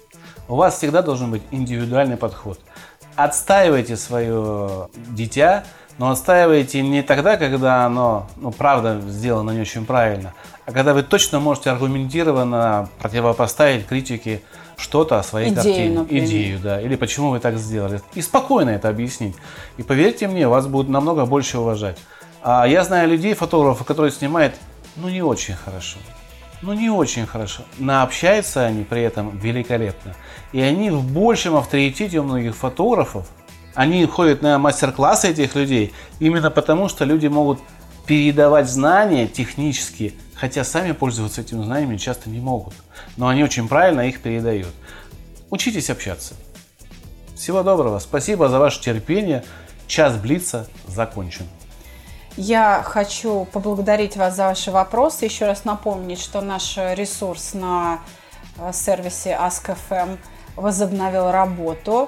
У вас всегда должен быть индивидуальный подход. Отстаивайте свое дитя, но отстаивайте не тогда, когда оно, ну, правда, сделано не очень правильно, а когда вы точно можете аргументированно противопоставить критике что-то о своей Идею, картине. например. Идею, да, или почему вы так сделали. И спокойно это объяснить. И поверьте мне, вас будут намного больше уважать. А я знаю людей, фотографов, которые снимают, ну, не очень хорошо. Ну, не очень хорошо. Но общаются они при этом великолепно. И они в большем авторитете у многих фотографов. Они ходят на мастер-классы этих людей именно потому, что люди могут передавать знания технические, хотя сами пользоваться этими знаниями часто не могут. Но они очень правильно их передают. Учитесь общаться. Всего доброго. Спасибо за ваше терпение. Час Блица закончен. Я хочу поблагодарить вас за ваши вопросы. Еще раз напомнить, что наш ресурс на сервисе Ask эф эм возобновил работу.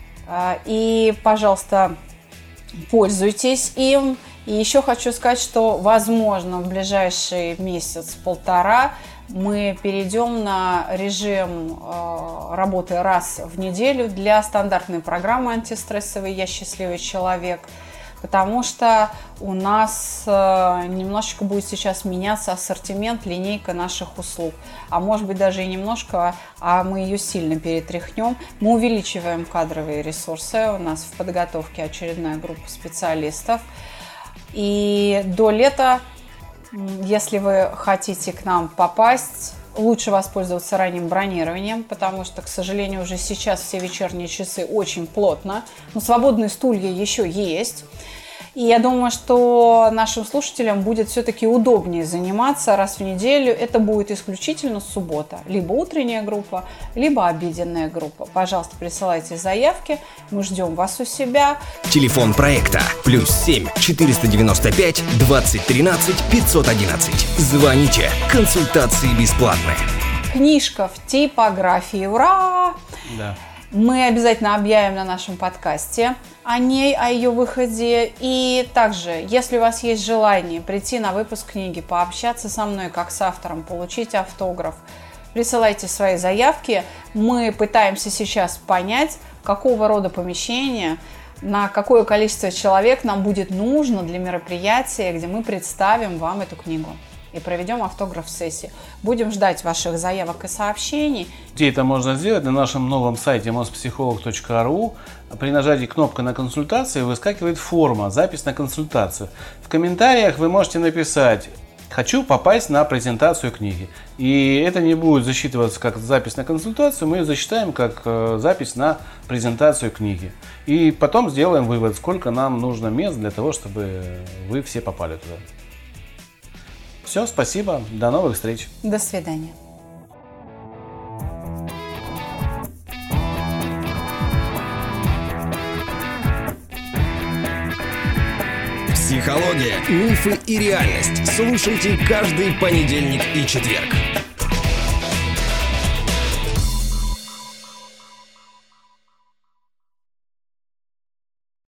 И, пожалуйста, пользуйтесь им. И еще хочу сказать, что, возможно, в ближайший месяц-полтора мы перейдем на режим работы раз в неделю для стандартной программы антистрессовой «Я счастливый человек». Потому что у нас э, немножечко будет сейчас меняться ассортимент, линейка наших услуг. А может быть даже и немножко, а мы ее сильно перетряхнем. Мы увеличиваем кадровые ресурсы. У нас в подготовке очередная группа специалистов. И до лета, если вы хотите к нам попасть, лучше воспользоваться ранним бронированием, потому что, к сожалению, уже сейчас все вечерние часы очень плотно. Но свободные стулья еще есть. И я думаю, что нашим слушателям будет все-таки удобнее заниматься раз в неделю. Это будет исключительно суббота. Либо утренняя группа, либо обеденная группа. Пожалуйста, присылайте заявки. Мы ждем вас у себя. Телефон проекта плюс семь четыреста девяносто пять двадцать тринадцать пятьсот одиннадцать. Звоните. Консультации бесплатные. Книжка в типографии. Ура! Да. Мы обязательно объявим на нашем подкасте о ней, о ее выходе. И также, если у вас есть желание прийти на выпуск книги, пообщаться со мной как с автором, получить автограф, присылайте свои заявки. Мы пытаемся сейчас понять, какого рода помещение, на какое количество человек нам будет нужно для мероприятия, где мы представим вам эту книгу и проведем автограф-сессии. Будем ждать ваших заявок и сообщений. Где это можно сделать? На нашем новом сайте mospsycholog точка ру. При нажатии кнопки на консультацию выскакивает форма, запись на консультацию. В комментариях вы можете написать: «Хочу попасть на презентацию книги». И это не будет засчитываться как запись на консультацию, мы ее засчитаем как запись на презентацию книги. И потом сделаем вывод, сколько нам нужно мест для того, чтобы вы все попали туда. Все, спасибо, до новых встреч. До свидания. Психология, мифы и реальность. Слушайте каждый понедельник и четверг.